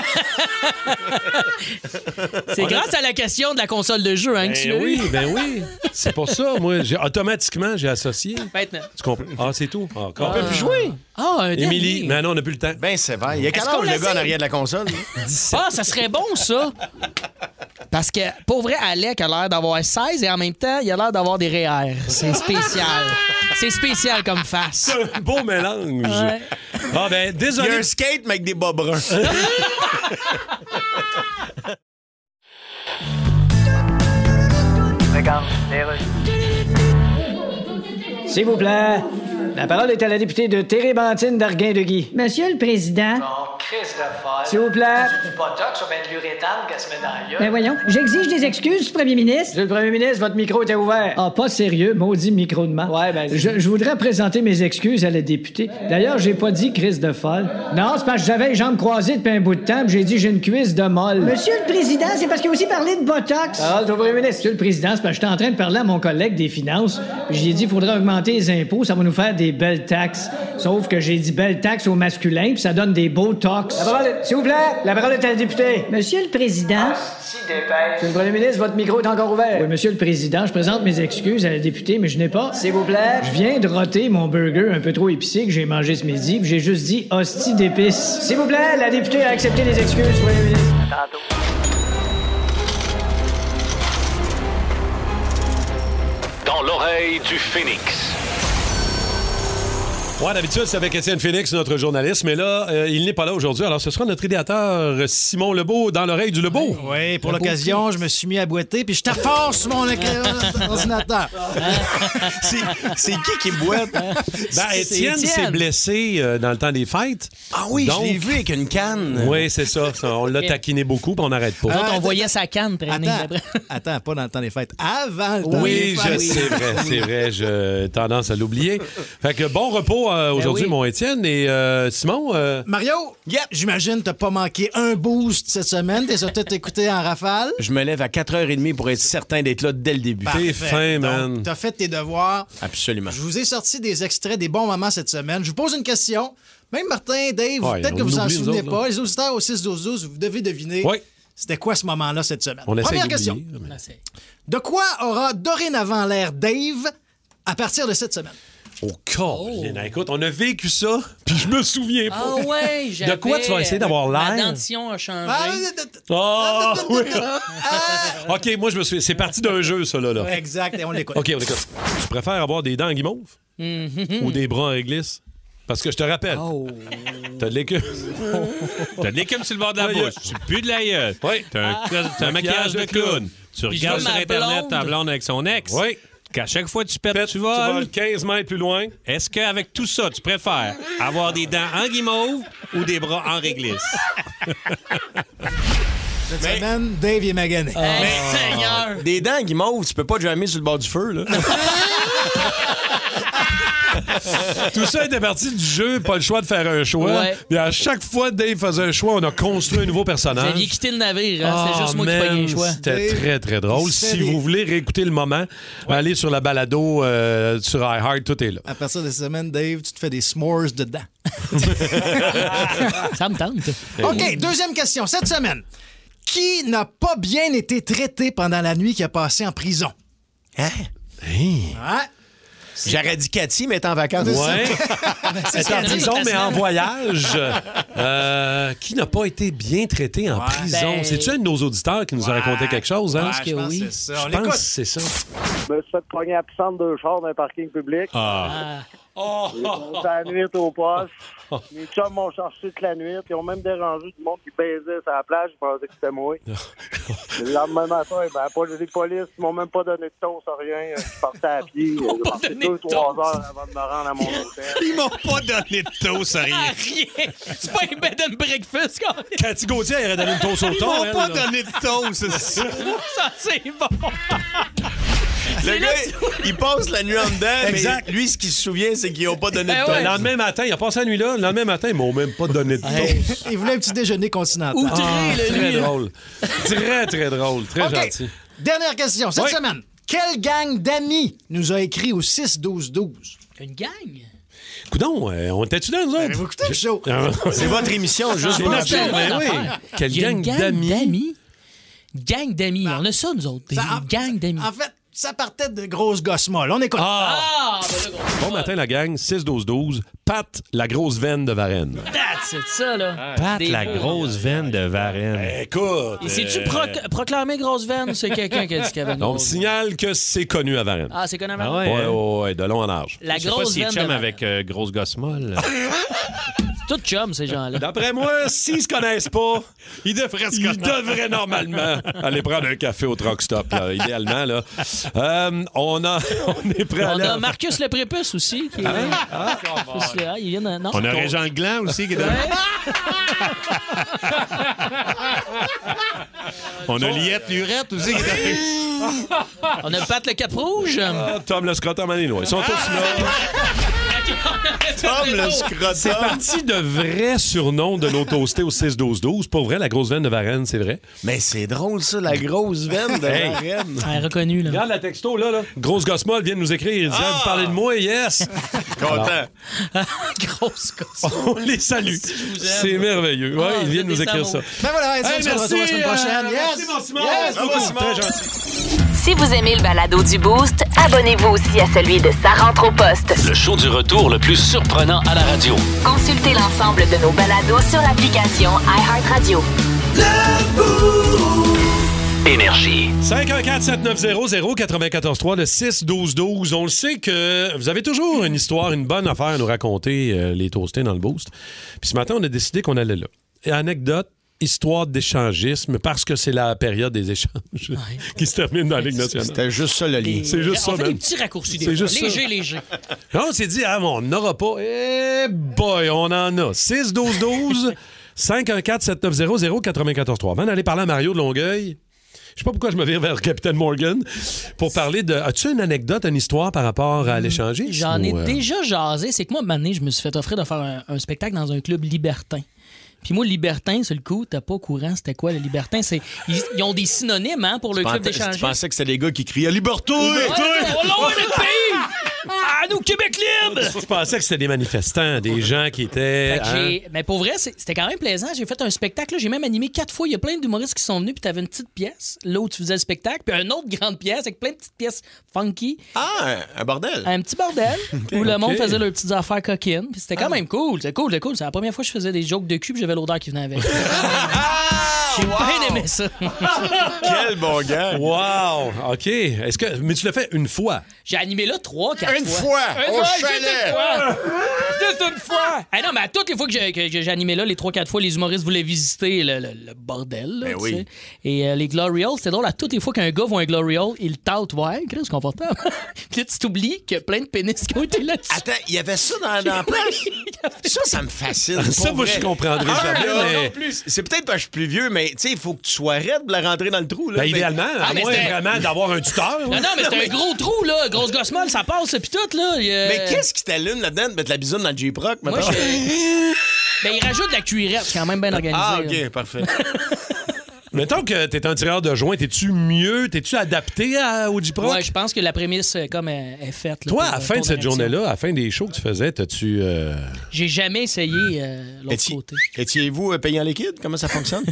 C'est grâce à la question de la console de jeu, hein, que tu l'as Ben oui, eu. ben oui. C'est pour ça, moi, j'ai, automatiquement, j'ai associé. vingt-neuf. Tu comprends? Ah, c'est tout. Ah, encore. On peut plus jouer. Ah, un Émilie, dernier. mais non, on n'a plus le temps. Ben, c'est vrai. Il y a quel Est-ce qu'on âge le gars l'essaye? en arrière de la console? Ah, ça serait bon, ça. Parce que, pour vrai, Alec a l'air d'avoir seize et en même temps, il a l'air d'avoir des R E E R. C'est spécial. C'est spécial comme face. C'est un beau mélange. Ouais. Ah, ben, Il y désolé. a un skate, mais avec des bas bruns. S'il vous plaît. La parole est à la députée de Térébentine d'Arguin-de-Guy. Monsieur le Président. S'il vous plaît. Du botox ou bien de l'uréthane qu'elle se met dans la gueule. Ben voyons, j'exige des excuses du premier ministre. Monsieur le Premier ministre, votre micro était ouvert. Ah, pas sérieux, maudit micro de marde. Ouais, ben... Je, je voudrais présenter mes excuses à la députée. D'ailleurs, j'ai pas dit crise de folle. Non, c'est parce que j'avais les jambes croisées depuis un bout de temps, puis j'ai dit j'ai une cuisse de molle. Monsieur le Président, c'est parce qu'il a aussi parlé de botox. Parole au Premier ministre. Monsieur le Président, c'est parce que j'étais en train de parler à mon collègue des finances, puis j'ai dit il faudrait augmenter les impôts, ça va nous faire des belles taxes. Sauf que j'ai dit belles taxes au masculin, puis ça donne des beaux tox. La parole est... S'il vous plaît, la parole est à la députée. Monsieur le Président. Si dépêche. Monsieur le Premier ministre, votre micro est encore ouvert. Oui, Monsieur le Président, je présente mes excuses à la députée, mais je n'ai pas. S'il vous plaît. Je viens de roter mon burger un peu trop épicé que j'ai mangé ce midi, puis j'ai juste dit hostie d'épices. S'il vous plaît, la députée a accepté les excuses, Premier ministre. Dans l'oreille du phénix. Ouais, d'habitude, c'est avec Étienne Phoenix, notre journaliste, mais là, euh, il n'est pas là aujourd'hui. Alors, ce sera notre idéateur Simon Lebeau dans l'oreille du Lebeau. Oui, pour l'occasion, je me suis mis à boiter, puis je tape fort sur mon écran- ordinateur. C'est, c'est qui qui boite? Ben, C'est Étienne Étienne. s'est blessé euh, dans le temps des fêtes. Ah oui, Donc- je l'ai vu avec une canne. Oui, c'est ça. ça, on l'a taquiné beaucoup, puis on n'arrête pas. Nous autres, on attends. voyait sa canne traîner. Attends, d'après. attends, pas dans le temps des fêtes. Avant le temps Oui, des je- fêtes. c'est vrai, c'est vrai. J'ai tendance à l'oublier. Fait que bon repos euh, aujourd'hui, oui. mon Étienne. Et euh, Simon? Euh... Mario, yep. J'imagine t'as pas manqué un boost cette semaine. T'es sûr tout écouté en rafale. Je me lève à quatre heures trente pour être certain d'être là dès le début. T'es fin, man. Donc, t'as fait tes devoirs. Absolument. Je vous ai sorti des extraits des bons moments cette semaine. Je vous pose une question. Même Martin, Dave, Ouais, peut-être que on vous en oublie, nous souvenez autres, pas. là. Les auditeurs au six douze douze, vous devez deviner. Oui. C'était quoi ce moment-là cette semaine? On essaie Première d'oublier, question. mais- De quoi aura dorénavant l'air Dave à partir de cette semaine? Oh, Colin, écoute, on a vécu ça, puis je me souviens pas. Ah ouais, j'avais... De quoi tu vas essayer d'avoir Ma l'air? dentition a changé. Ah, oui. OK, moi, je me souviens. C'est parti d'un jeu, ça, là. là. Exact, et on l'écoute. OK, on écoute. Tu préfères avoir des dents en guimauve ou des bras en réglisse? Parce que je te rappelle, t'as de l'écume. T'as de l'écume sur le bord de la bouche. Tu pues de la gueule. Oui. T'as un, t'as un maquillage de clown. Tu Puis regardes je veux sur ma Internet blonde. ta blonde avec son ex. Oui. Qu'à chaque fois que tu pètes, tu Tu voles. voles quinze mètres plus loin. Est-ce qu'avec tout ça, tu préfères avoir des dents en guimauve ou des bras en réglisse? Cette semaine, Dave est magané. Hey, Seigneur! Des dents guimauves, tu peux pas jamais sur le bord du feu, là. Tout ça était parti du jeu, pas le choix de faire un choix. Ouais. Mais à chaque fois que Dave faisait un choix, on a construit un nouveau Vous personnage. aviez quitté le navire, hein? Ah, C'était juste moi qui man, payais les choix. C'était très, très drôle. Il se Si fait des- vous voulez réécouter le moment, allez sur la balado euh, sur iHeart, tout est là. À partir de cette semaine, Dave, tu te fais des s'mores dedans. Ça me tente. OK, deuxième question. Cette semaine, qui n'a pas bien été traité pendant la nuit qui a passé en prison? Hein? Ouais. J'aurais dit Cathy, mais elle est en vacances. Ouais. C'est Elle ce est en qu'elle dit. prison, mais en voyage. Euh, qui n'a pas été bien traité en prison? Ben- C'est-tu un de nos auditeurs qui nous a raconté quelque chose? Hein? Ouais, je pense que c'est ça. On Je pense l'écoute. que c'est ça. Je me suis fait pogner à piscine deux chars dans un parking public. Ah. Oh! J'ai monté à la nuit au poste. Les chums m'ont cherché toute la nuit. Ils ont même dérangé du monde qui baisait sur la plage. Ils pensaient que c'était moi. Le lendemain matin, ben, pas les polices, ils m'ont même pas donné de toast, rien. Je partais à pied. J'ai marché deux, trois heures avant de me rendre à mon hôtel. Ils m'ont pas donné de toast, Ah, rien. rien! C'est pas un bed and breakfast, quand même. Cathy Gauthier, elle aurait donné une toast au Ils thon. m'ont elle, pas là. donné de toast. Ça, c'est bon. Le gars, il passe la nuit en dedans, Exact. mais lui, ce qu'il se souvient, c'est qu'ils n'ont pas donné Eh de ouais. Le lendemain matin, il a passé la nuit là. Le lendemain matin, ils m'ont même pas donné de Hey, toast. il voulait un petit déjeuner continental. Outré, Ah, le très lui. drôle. Très, très drôle. Très OK. gentil. Dernière question. Cette Oui. semaine, quelle gang d'amis nous a écrit au six douze douze? Une gang? Coudon, euh, on était-tu là, nous autres? Vous écoutez le show? C'est votre émission, juste C'est pour notre rappeler. show, ben oui. Quelle Il y a une gang gang d'amis? d'amis? Gang d'amis. On a ça, nous autres. Des Ça- en- gang d'amis. En fait, ça partait de grosses gosses molles. On écoute. Ah! Ah, ben là, gros. Bon matin, la gang, six douze douze. Pat, la grosse veine de Varennes. That's it, ça, là. Pat, Des la beaux. grosse veine de Varennes. Écoute. Et c'est-tu euh, proc- proclamé grosse veine ou c'est quelqu'un qui a dit qu'il y avait une On me grosse veine? signale que c'est connu à Varennes. Ah, c'est connu Ah avant? ouais? Ouais, hein? ouais, ouais, de long en large. La Je sais pas grosse s'il est veine chum de avec euh, grosse gosse molle. Tout chum, ces gens-là. D'après moi, s'ils se connaissent pas, Il devrait se ils connaître. devraient normalement aller prendre un café au truck stop, là, idéalement. Là. Euh, on, a, on est prêt à On aller... a Marcus le prépuce aussi. Qui est... ah, ah, il vient de... non? On a Régent Gland aussi qui est dans... On a Liette Lurette aussi qui est dans... On a Pat le Cap Rouge. Ah, Tom le scrotum malinois. Ils sont tous là. Tom le scrotum. C'est parti de vrais surnoms de nos toastés au six douze douze. Pour vrai, la grosse veine de Varennes, c'est vrai. Mais c'est drôle, ça, la grosse veine de Hey. Varennes. Ah, reconnu, là. Regarde la texto, là. là. Grosse gosse molle vient de nous écrire. Il dit, ah, vous parlez de moi, yes. Content. Grosse gosse. On les salue. C'est merveilleux. Ouais, Ah, ils vous viennent êtes nous des écrire ça. amours. Ben voilà, Étienne, Hey, tu seras de retour la semaine merci, prochaine. euh, Yes. merci, mon Simon. Yes, Bravo, beaucoup. Simon. Très gentil. Si vous aimez le balado du Boost, abonnez-vous aussi à celui de Sa rentre au poste. Le show du retour le plus surprenant à la radio. Consultez l'ensemble de nos balados sur l'application iHeartRadio. Énergie. cinq un quatre sept neuf zéro zéro neuf quatre trois, le six douze douze. On le sait que vous avez toujours une histoire, une bonne affaire à nous raconter, euh, les toastés dans le Boost. Puis ce matin, on a décidé qu'on allait là. Et anecdote, histoire d'échangisme, parce que c'est la période des échanges qui se termine dans la Ligue nationale. C'était juste ça, le lien. Et- C'est juste on ça, fait man. des petits raccourcis des C'est fois. juste ça. Léger, léger. Là, on s'est dit, ah, bon, on n'aura pas. Eh boy, on en a. six douze douze, cinq un quatre sept neuf zéro zéro neuf quatre trois. Avant d'aller parler à Mario de Longueuil, sais pas pourquoi je me vire vers Capitaine Morgan pour parler de... As-tu une anecdote, une histoire par rapport à l'échangisme? J'en ai ou, euh... déjà jasé. C'est que moi, à un moment donné, je me suis fait offrir de faire un, un spectacle dans un club libertin. Puis moi, libertin, sur le coup, t'as pas au courant, c'était quoi le libertin? C'est, ils, ils ont des synonymes hein, pour le club d'échangisme. Tu pensais que c'était les gars qui criaient « Liberté! » Liberté! Oh là, ouais, notre pays! Ah, nous, Québec libre! Je pensais que c'était des manifestants, des gens qui étaient... Fait que j'ai- Mais pour vrai, c'est- c'était quand même plaisant. J'ai fait un spectacle, là, j'ai même animé quatre fois. Il y a plein d'humoristes qui sont venus, puis t'avais une petite pièce, là où tu faisais le spectacle, puis une autre grande pièce avec plein de petites pièces funky. Ah, un, un bordel. Un petit bordel où le monde ok. faisait leurs petites affaires coquines. Puis c'était quand même cool. C'était cool, c'était cool. C'est la première fois que je faisais des jokes de cul, puis j'avais l'odeur qui venait avec. J'ai bien aimé ça. Quel bon gars! Wow! OK. Est-ce que... Mais tu l'as fait une fois? J'ai animé là trois, quatre Une fois. fois, Une au fois, juste chalet. une fois. Juste une fois. Ah non, mais à toutes les fois que j'ai, que j'ai animé là, les trois, quatre fois, les humoristes voulaient visiter le, le- le bordel. Là, Ben tu oui. sais. Et euh, les Glory Hole, c'était drôle. À toutes les fois qu'un gars voit un Glory Hole, il taute. Ouais, Chris, confortable. Puis là, tu t'oublies qu'il y a plein de pénis qui ont été là-dessus. Attends, il y avait ça dans, dans la place? Ça, ça me fascine. Ça, pour moi, vrai. je comprendrais Ah, jamais, là, mais- non plus. C'est peut-être parce que je suis plus vieux, mais tu sais, il faut que tu sois raide pour la rentrer dans le trou. Là, Ben, Mais- idéalement, à Ah, mais moins c'était- vraiment d'avoir un tuteur. Non, non, mais c'était un gros trou, là. Grosse gosse molle, ça passe, puis tout, là. Il, euh, Mais qu'est-ce qui t'allume là-dedans de mettre la bisoune dans le J-Proc, Moi, mettons? je- Ben, il rajoute de la cuirette, c'est quand même bien organisé. Ah, là. OK, parfait. Mettons que t'es un tireur de joint, t'es-tu mieux, t'es-tu adapté à, au J-Proc? Ouais, je pense que la prémisse, euh, comme, est, est faite. là, Toi, pour, à la euh, fin de ton cette érection. journée-là, à la fin des shows que tu faisais, t'as-tu... euh, J'ai jamais essayé euh, l'autre Étiez- côté. Étiez-vous euh, payé en liquide? Comment ça fonctionne?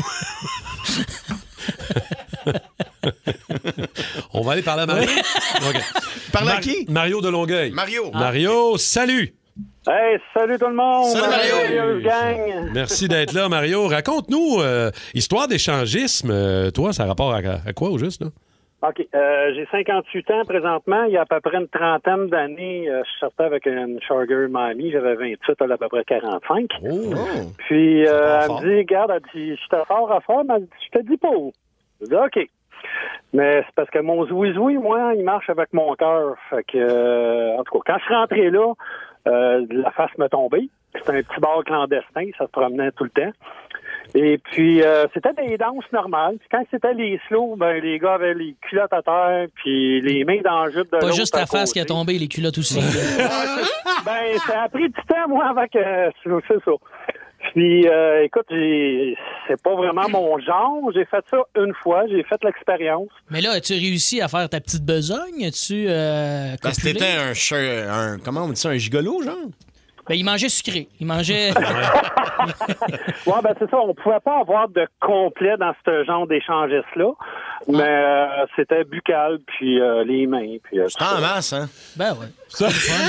On va aller parler à Mario. OK. Parler à Mar- qui? Mario de Longueuil. Mario. Mario, salut! Hey, salut tout le monde! Salut, Mario. Merveilleuse gang! Merci d'être là, Mario. Raconte-nous, euh, histoire d'échangisme. euh, toi, ça a rapport à, à quoi, au juste, là? OK. Euh, j'ai cinquante-huit ans présentement. Il y a à peu près une trentaine d'années, euh, je sortais avec une Sugar Mommy. J'avais vingt-huit, elle a à peu près quarante-cinq. Oh! Puis, Ça euh, part elle fort. me dit, regarde, elle dit, je te fort à faire, mais elle dit, je te dis pas où. Je dis, OK. Mais c'est parce que mon zouizoui, moi, il marche avec mon cœur. Fait que, euh, en tout cas, quand je suis rentré là, euh, la face me tombait. C'était un petit bar clandestin, ça se promenait tout le temps. Et puis, euh, c'était des danses normales. Puis quand c'était les slows, ben, les gars avaient les culottes à terre, puis les mains dans le jupe de Pas l'autre juste à ta face côté. qui a tombé, les culottes aussi. Ben, ça a pris du temps, moi, avant que... C'est ça. Puis, euh, écoute, j'ai... c'est pas vraiment mon genre. J'ai fait ça une fois. J'ai fait l'expérience. Mais là, as-tu réussi à faire ta petite besogne? As-tu euh, Parce que copulé? t'étais un, che- un... Comment on dit ça? Un gigolo, genre? Ben, il mangeait sucré. Il mangeait... Ouais, ben c'est ça. On pouvait pas avoir de complet dans ce genre d'échangisme-là. Mais euh, c'était buccal, puis euh, les mains, puis... Euh, C'était en masse, hein? Ben ouais. Ça,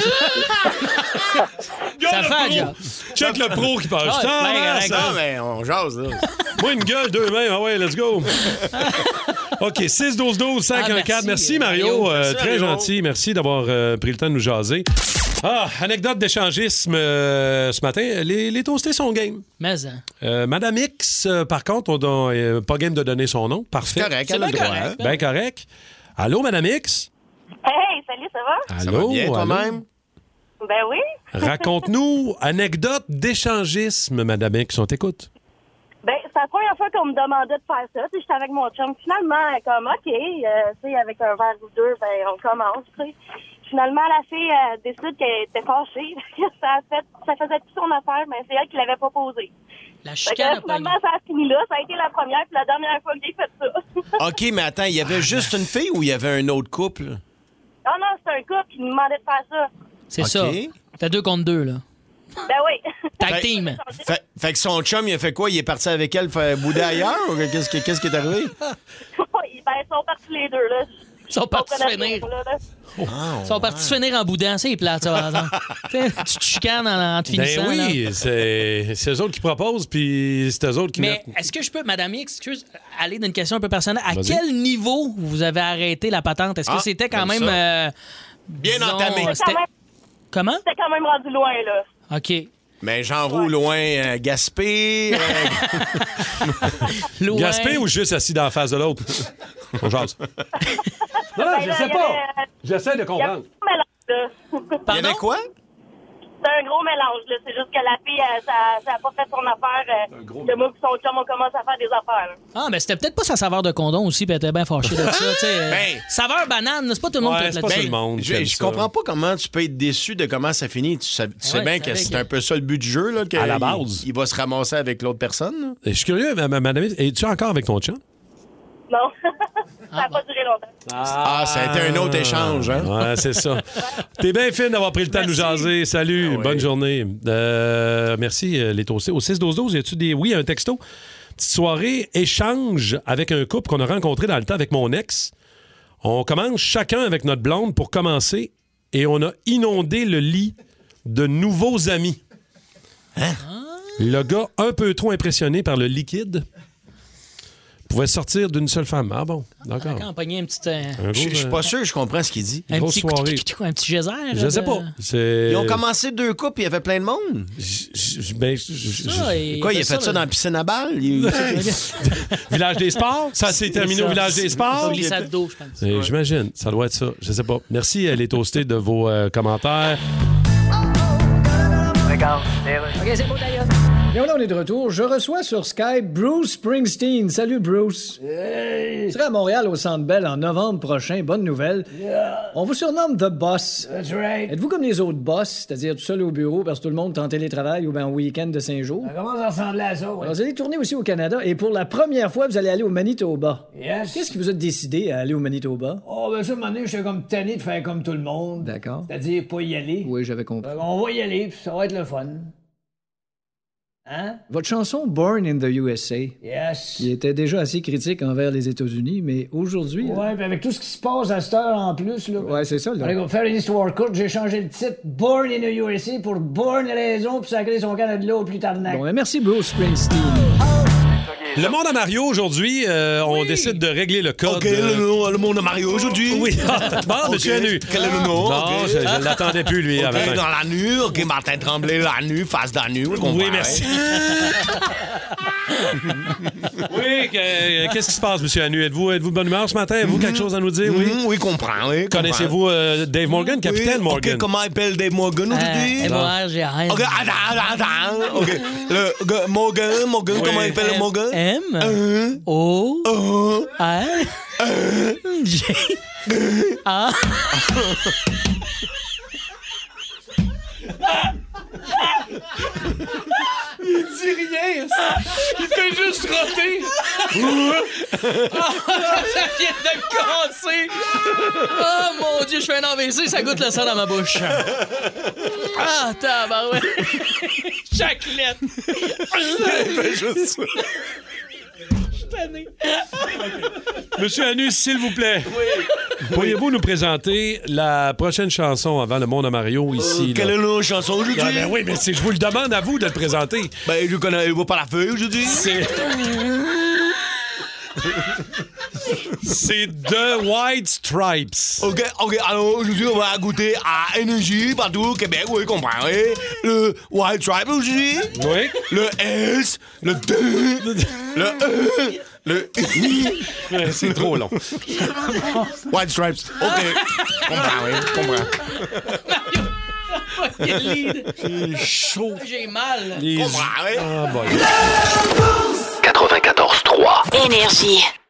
Ça fait un job. Check le pro qui parle. Ah, Je t'en ben, avance, correct. hein? Non, mais on jase, là. Moi, une gueule, deux mains. Ah ouais, let's go. OK, six douze douze cinq un quatre. Ah, merci, merci, Mario. Mario. Euh, Merci, très Mario. gentil. Merci d'avoir euh, pris le temps de nous jaser. Ah, anecdote d'échangisme euh, ce matin. Les, les toastés sont game. Mais, hein. Euh, Madame X, euh, par contre, on don- euh, pas game de donner son nom. Parfait. C'est correct, C'est elle a le bien droit. correct. Bien correct. Allô, Madame X? Hey, salut, ça va? Ça Allô? va bien, allô? toi-même? Ben oui. Raconte-nous anecdote d'échangisme, Madame X. On t'écoute. Ben, c'est la première fois qu'on me demandait de faire ça. Tu sais, j'étais avec mon chum. Finalement, comme, OK, euh, tu sais, avec un verre ou deux, ben, on commence, tu sais. Finalement, la fille euh, décide qu'elle était fâchée. ça, a fait, ça faisait tout son affaire, mais c'est elle qui l'avait pas posé. La Fait chicane que, a finalement, ça a fini là. Ça a été la première puis la dernière fois que j'ai fait ça. OK, mais attends, il y avait juste une fille ou il y avait un autre couple? Non, non, c'est un couple qui me demandait de faire ça. C'est OK. ça. T'as deux contre deux, là. Ben oui. Tag Fait- team. Fait, fait que son chum, il a fait quoi? Il est parti avec elle faire bouder ailleurs? Ou qu'est-ce, qui- qu'est-ce qui est arrivé? ben, ils sont partis les deux, là. Ils sont partis se finir. Là, là. Ils sont partis se finir en boudin. C'est plate, ça, par exemple. Tu sais, tu te chicanes en, en te finissant. Ben là. oui, c'est, c'est eux autres qui proposent, puis c'est eux autres qui Mais mettent. est-ce que je peux, Madame X, excuse, aller d'une question un peu personnelle? À Vas-y. quel niveau vous avez arrêté la patente? Est-ce que Ah, c'était quand comme même... ça. euh, Bien disons, entamé. euh, c'était- Quand même- Comment? C'était quand même rendu loin, là. OK. Mais Jean Roux, loin, euh, Gaspé. euh, Loin. Gaspé ou juste assis dans la face de l'autre? On jase. Non, non, Ben je là, sais il y pas. avait- J'essaie de Il y avait comprendre. un mélange, là. il y avait quoi? C'est un gros mélange, là. C'est juste que la fille, euh, ça n'a pas fait son affaire. Euh, que moi et son chum, on commence à faire des affaires, là. Ah, mais c'était peut-être pas sa saveur de condom aussi, puis elle était bien fâchée de ça. t'sais. Ben, saveur banane, c'est pas tout le monde Ouais, qui c'est a pas là-dessus. tout le monde. Je, je comprends pas comment tu peux être déçu de comment ça finit. Tu sais, tu sais Ouais, bien c'est que vrai c'est que- un peu ça le but du jeu, là. À la il- base. Il, va se ramasser avec l'autre personne, là. Je suis curieux, ma- ma- madame, es-tu encore avec ton chum? Non. Ça n'a pas duré longtemps. Ah, ça a été un autre échange, hein? Ouais, c'est ça. T'es bien fine d'avoir pris le temps de nous jaser. Salut, Ah oui. bonne journée. Euh, merci, euh, les toastés. Au six douze douze, y a-tu des... Oui, un texto. Petite soirée, échange avec un couple qu'on a rencontré dans le temps avec mon ex. On commence chacun avec notre blonde pour commencer et on a inondé le lit de nouveaux amis. Hein? Le gars, un peu trop impressionné par le liquide, pouvait sortir d'une seule femme. Ah bon, d'accord. Quand on pognait un petit... euh, Un Je gros, je suis euh, pas sûr que je comprends ce qu'il dit. un grosse petit soirée. un petit geyser. Je là, sais de- pas. C'est... Ils ont commencé deux couples, il y avait plein de monde. J- j- ben, j- j- Ça, et- Quoi, il a fait ça là. dans la piscine à balles? Il- Village des sports? Ça s'est terminé au Village des sports? Glissade d'eau, je pense. Eh, J'imagine. Ça doit être ça. Je sais pas. Merci, euh, les toastés, de vos euh, commentaires. OK, c'est bon, d'ailleurs. Et voilà, on est de retour. Je reçois sur Skype Bruce Springsteen. Salut, Bruce. Il sera à Montréal au Centre Bell en novembre prochain. Bonne nouvelle. On vous surnomme The Boss. That's right. Êtes-vous comme les autres boss, c'est-à-dire tout seul au bureau parce que tout le monde est en télétravail ou bien en week-end de cinq jours? Ça commence à ressembler à ça, ouais. Alors, vous allez tourner aussi au Canada et pour la première fois, vous allez aller au Manitoba. Yes. Qu'est-ce qui vous a décidé à aller au Manitoba? Oh, ben ça, à un moment donné, j'étais comme tanné de faire comme tout le monde. D'accord. C'est-à-dire pas y aller. Oui, j'avais compris. Fait qu'on va y aller, puis ça va être le fun. Hein? Votre chanson Born in the U S A, Yes. qui était déjà assez critique envers les États-Unis, mais aujourd'hui... là- Ouais, puis avec tout ce qui se passe à cette heure en plus, là. Ouais, c'est ça, là. Allez, on va faire une histoire courte. J'ai changé le titre Born in the U S A pour Born raison, puis sacrer son Canada au plus tarnac. Bon, ben, merci Bruce Springsteen. Le monde à Mario, aujourd'hui, euh, on décide de régler le code. Quel est le, nom- le monde de Mario aujourd'hui? Oui. Bon, Ok. monsieur Anu. Quel est le nom? Non, Ok. je, je l'attendais plus, lui, Ok, à matin. dans la nuit, ok, Martin Tremblay, la nuit, face dans la nuit. Oui, merci. Oui, que- qu'est-ce qui se passe, monsieur Anu? Êtes-vous, êtes-vous de bonne humeur ce matin? Avez-vous quelque chose à nous dire? Oui. Mhm, oui, comprends, oui. comprends. Connaissez-vous euh, Dave Morgan, capitaine Oui, Morgan? Ok, comment il appelle Dave Morgan aujourd'hui? Euh, M O R G A N. Ok, attends, attends, attends. Ok, le le- Morgan, Morgan, Oui. comment il appelle M- Morgan? M Euh, O euh, R G A. Il dit rien. Il fait juste roter. Ça vient de me casser. Oh mon Dieu, je fais un A V C, ça goûte le sang dans ma bouche. Ah, tabarouette. Chaque lettre. il fait juste ça. Monsieur Anu, s'il vous plaît. Pourriez-vous nous présenter la prochaine chanson avant le monde à Mario ici? Quelle là? est la chanson aujourd'hui? Ah, ben oui, mais c'est- je vous le demande à vous de le présenter. Ben, je connais, je vois pas la feuille aujourd'hui. C'est... C'est The White Stripes. Ok, ok, alors aujourd'hui, on va goûter à énergie partout au Québec, oui, comprenez. Le White Stripe aujourd'hui. Oui. Le S, le D, le E, le I. Ouais, c'est trop long. White Stripes, ok. Comprends, oui, comprends. Fucking lead. J'ai chaud. J'ai mal. Les... Comprends, oui. Ah, bon. quatre-vingt-quatorze trois. Énergie.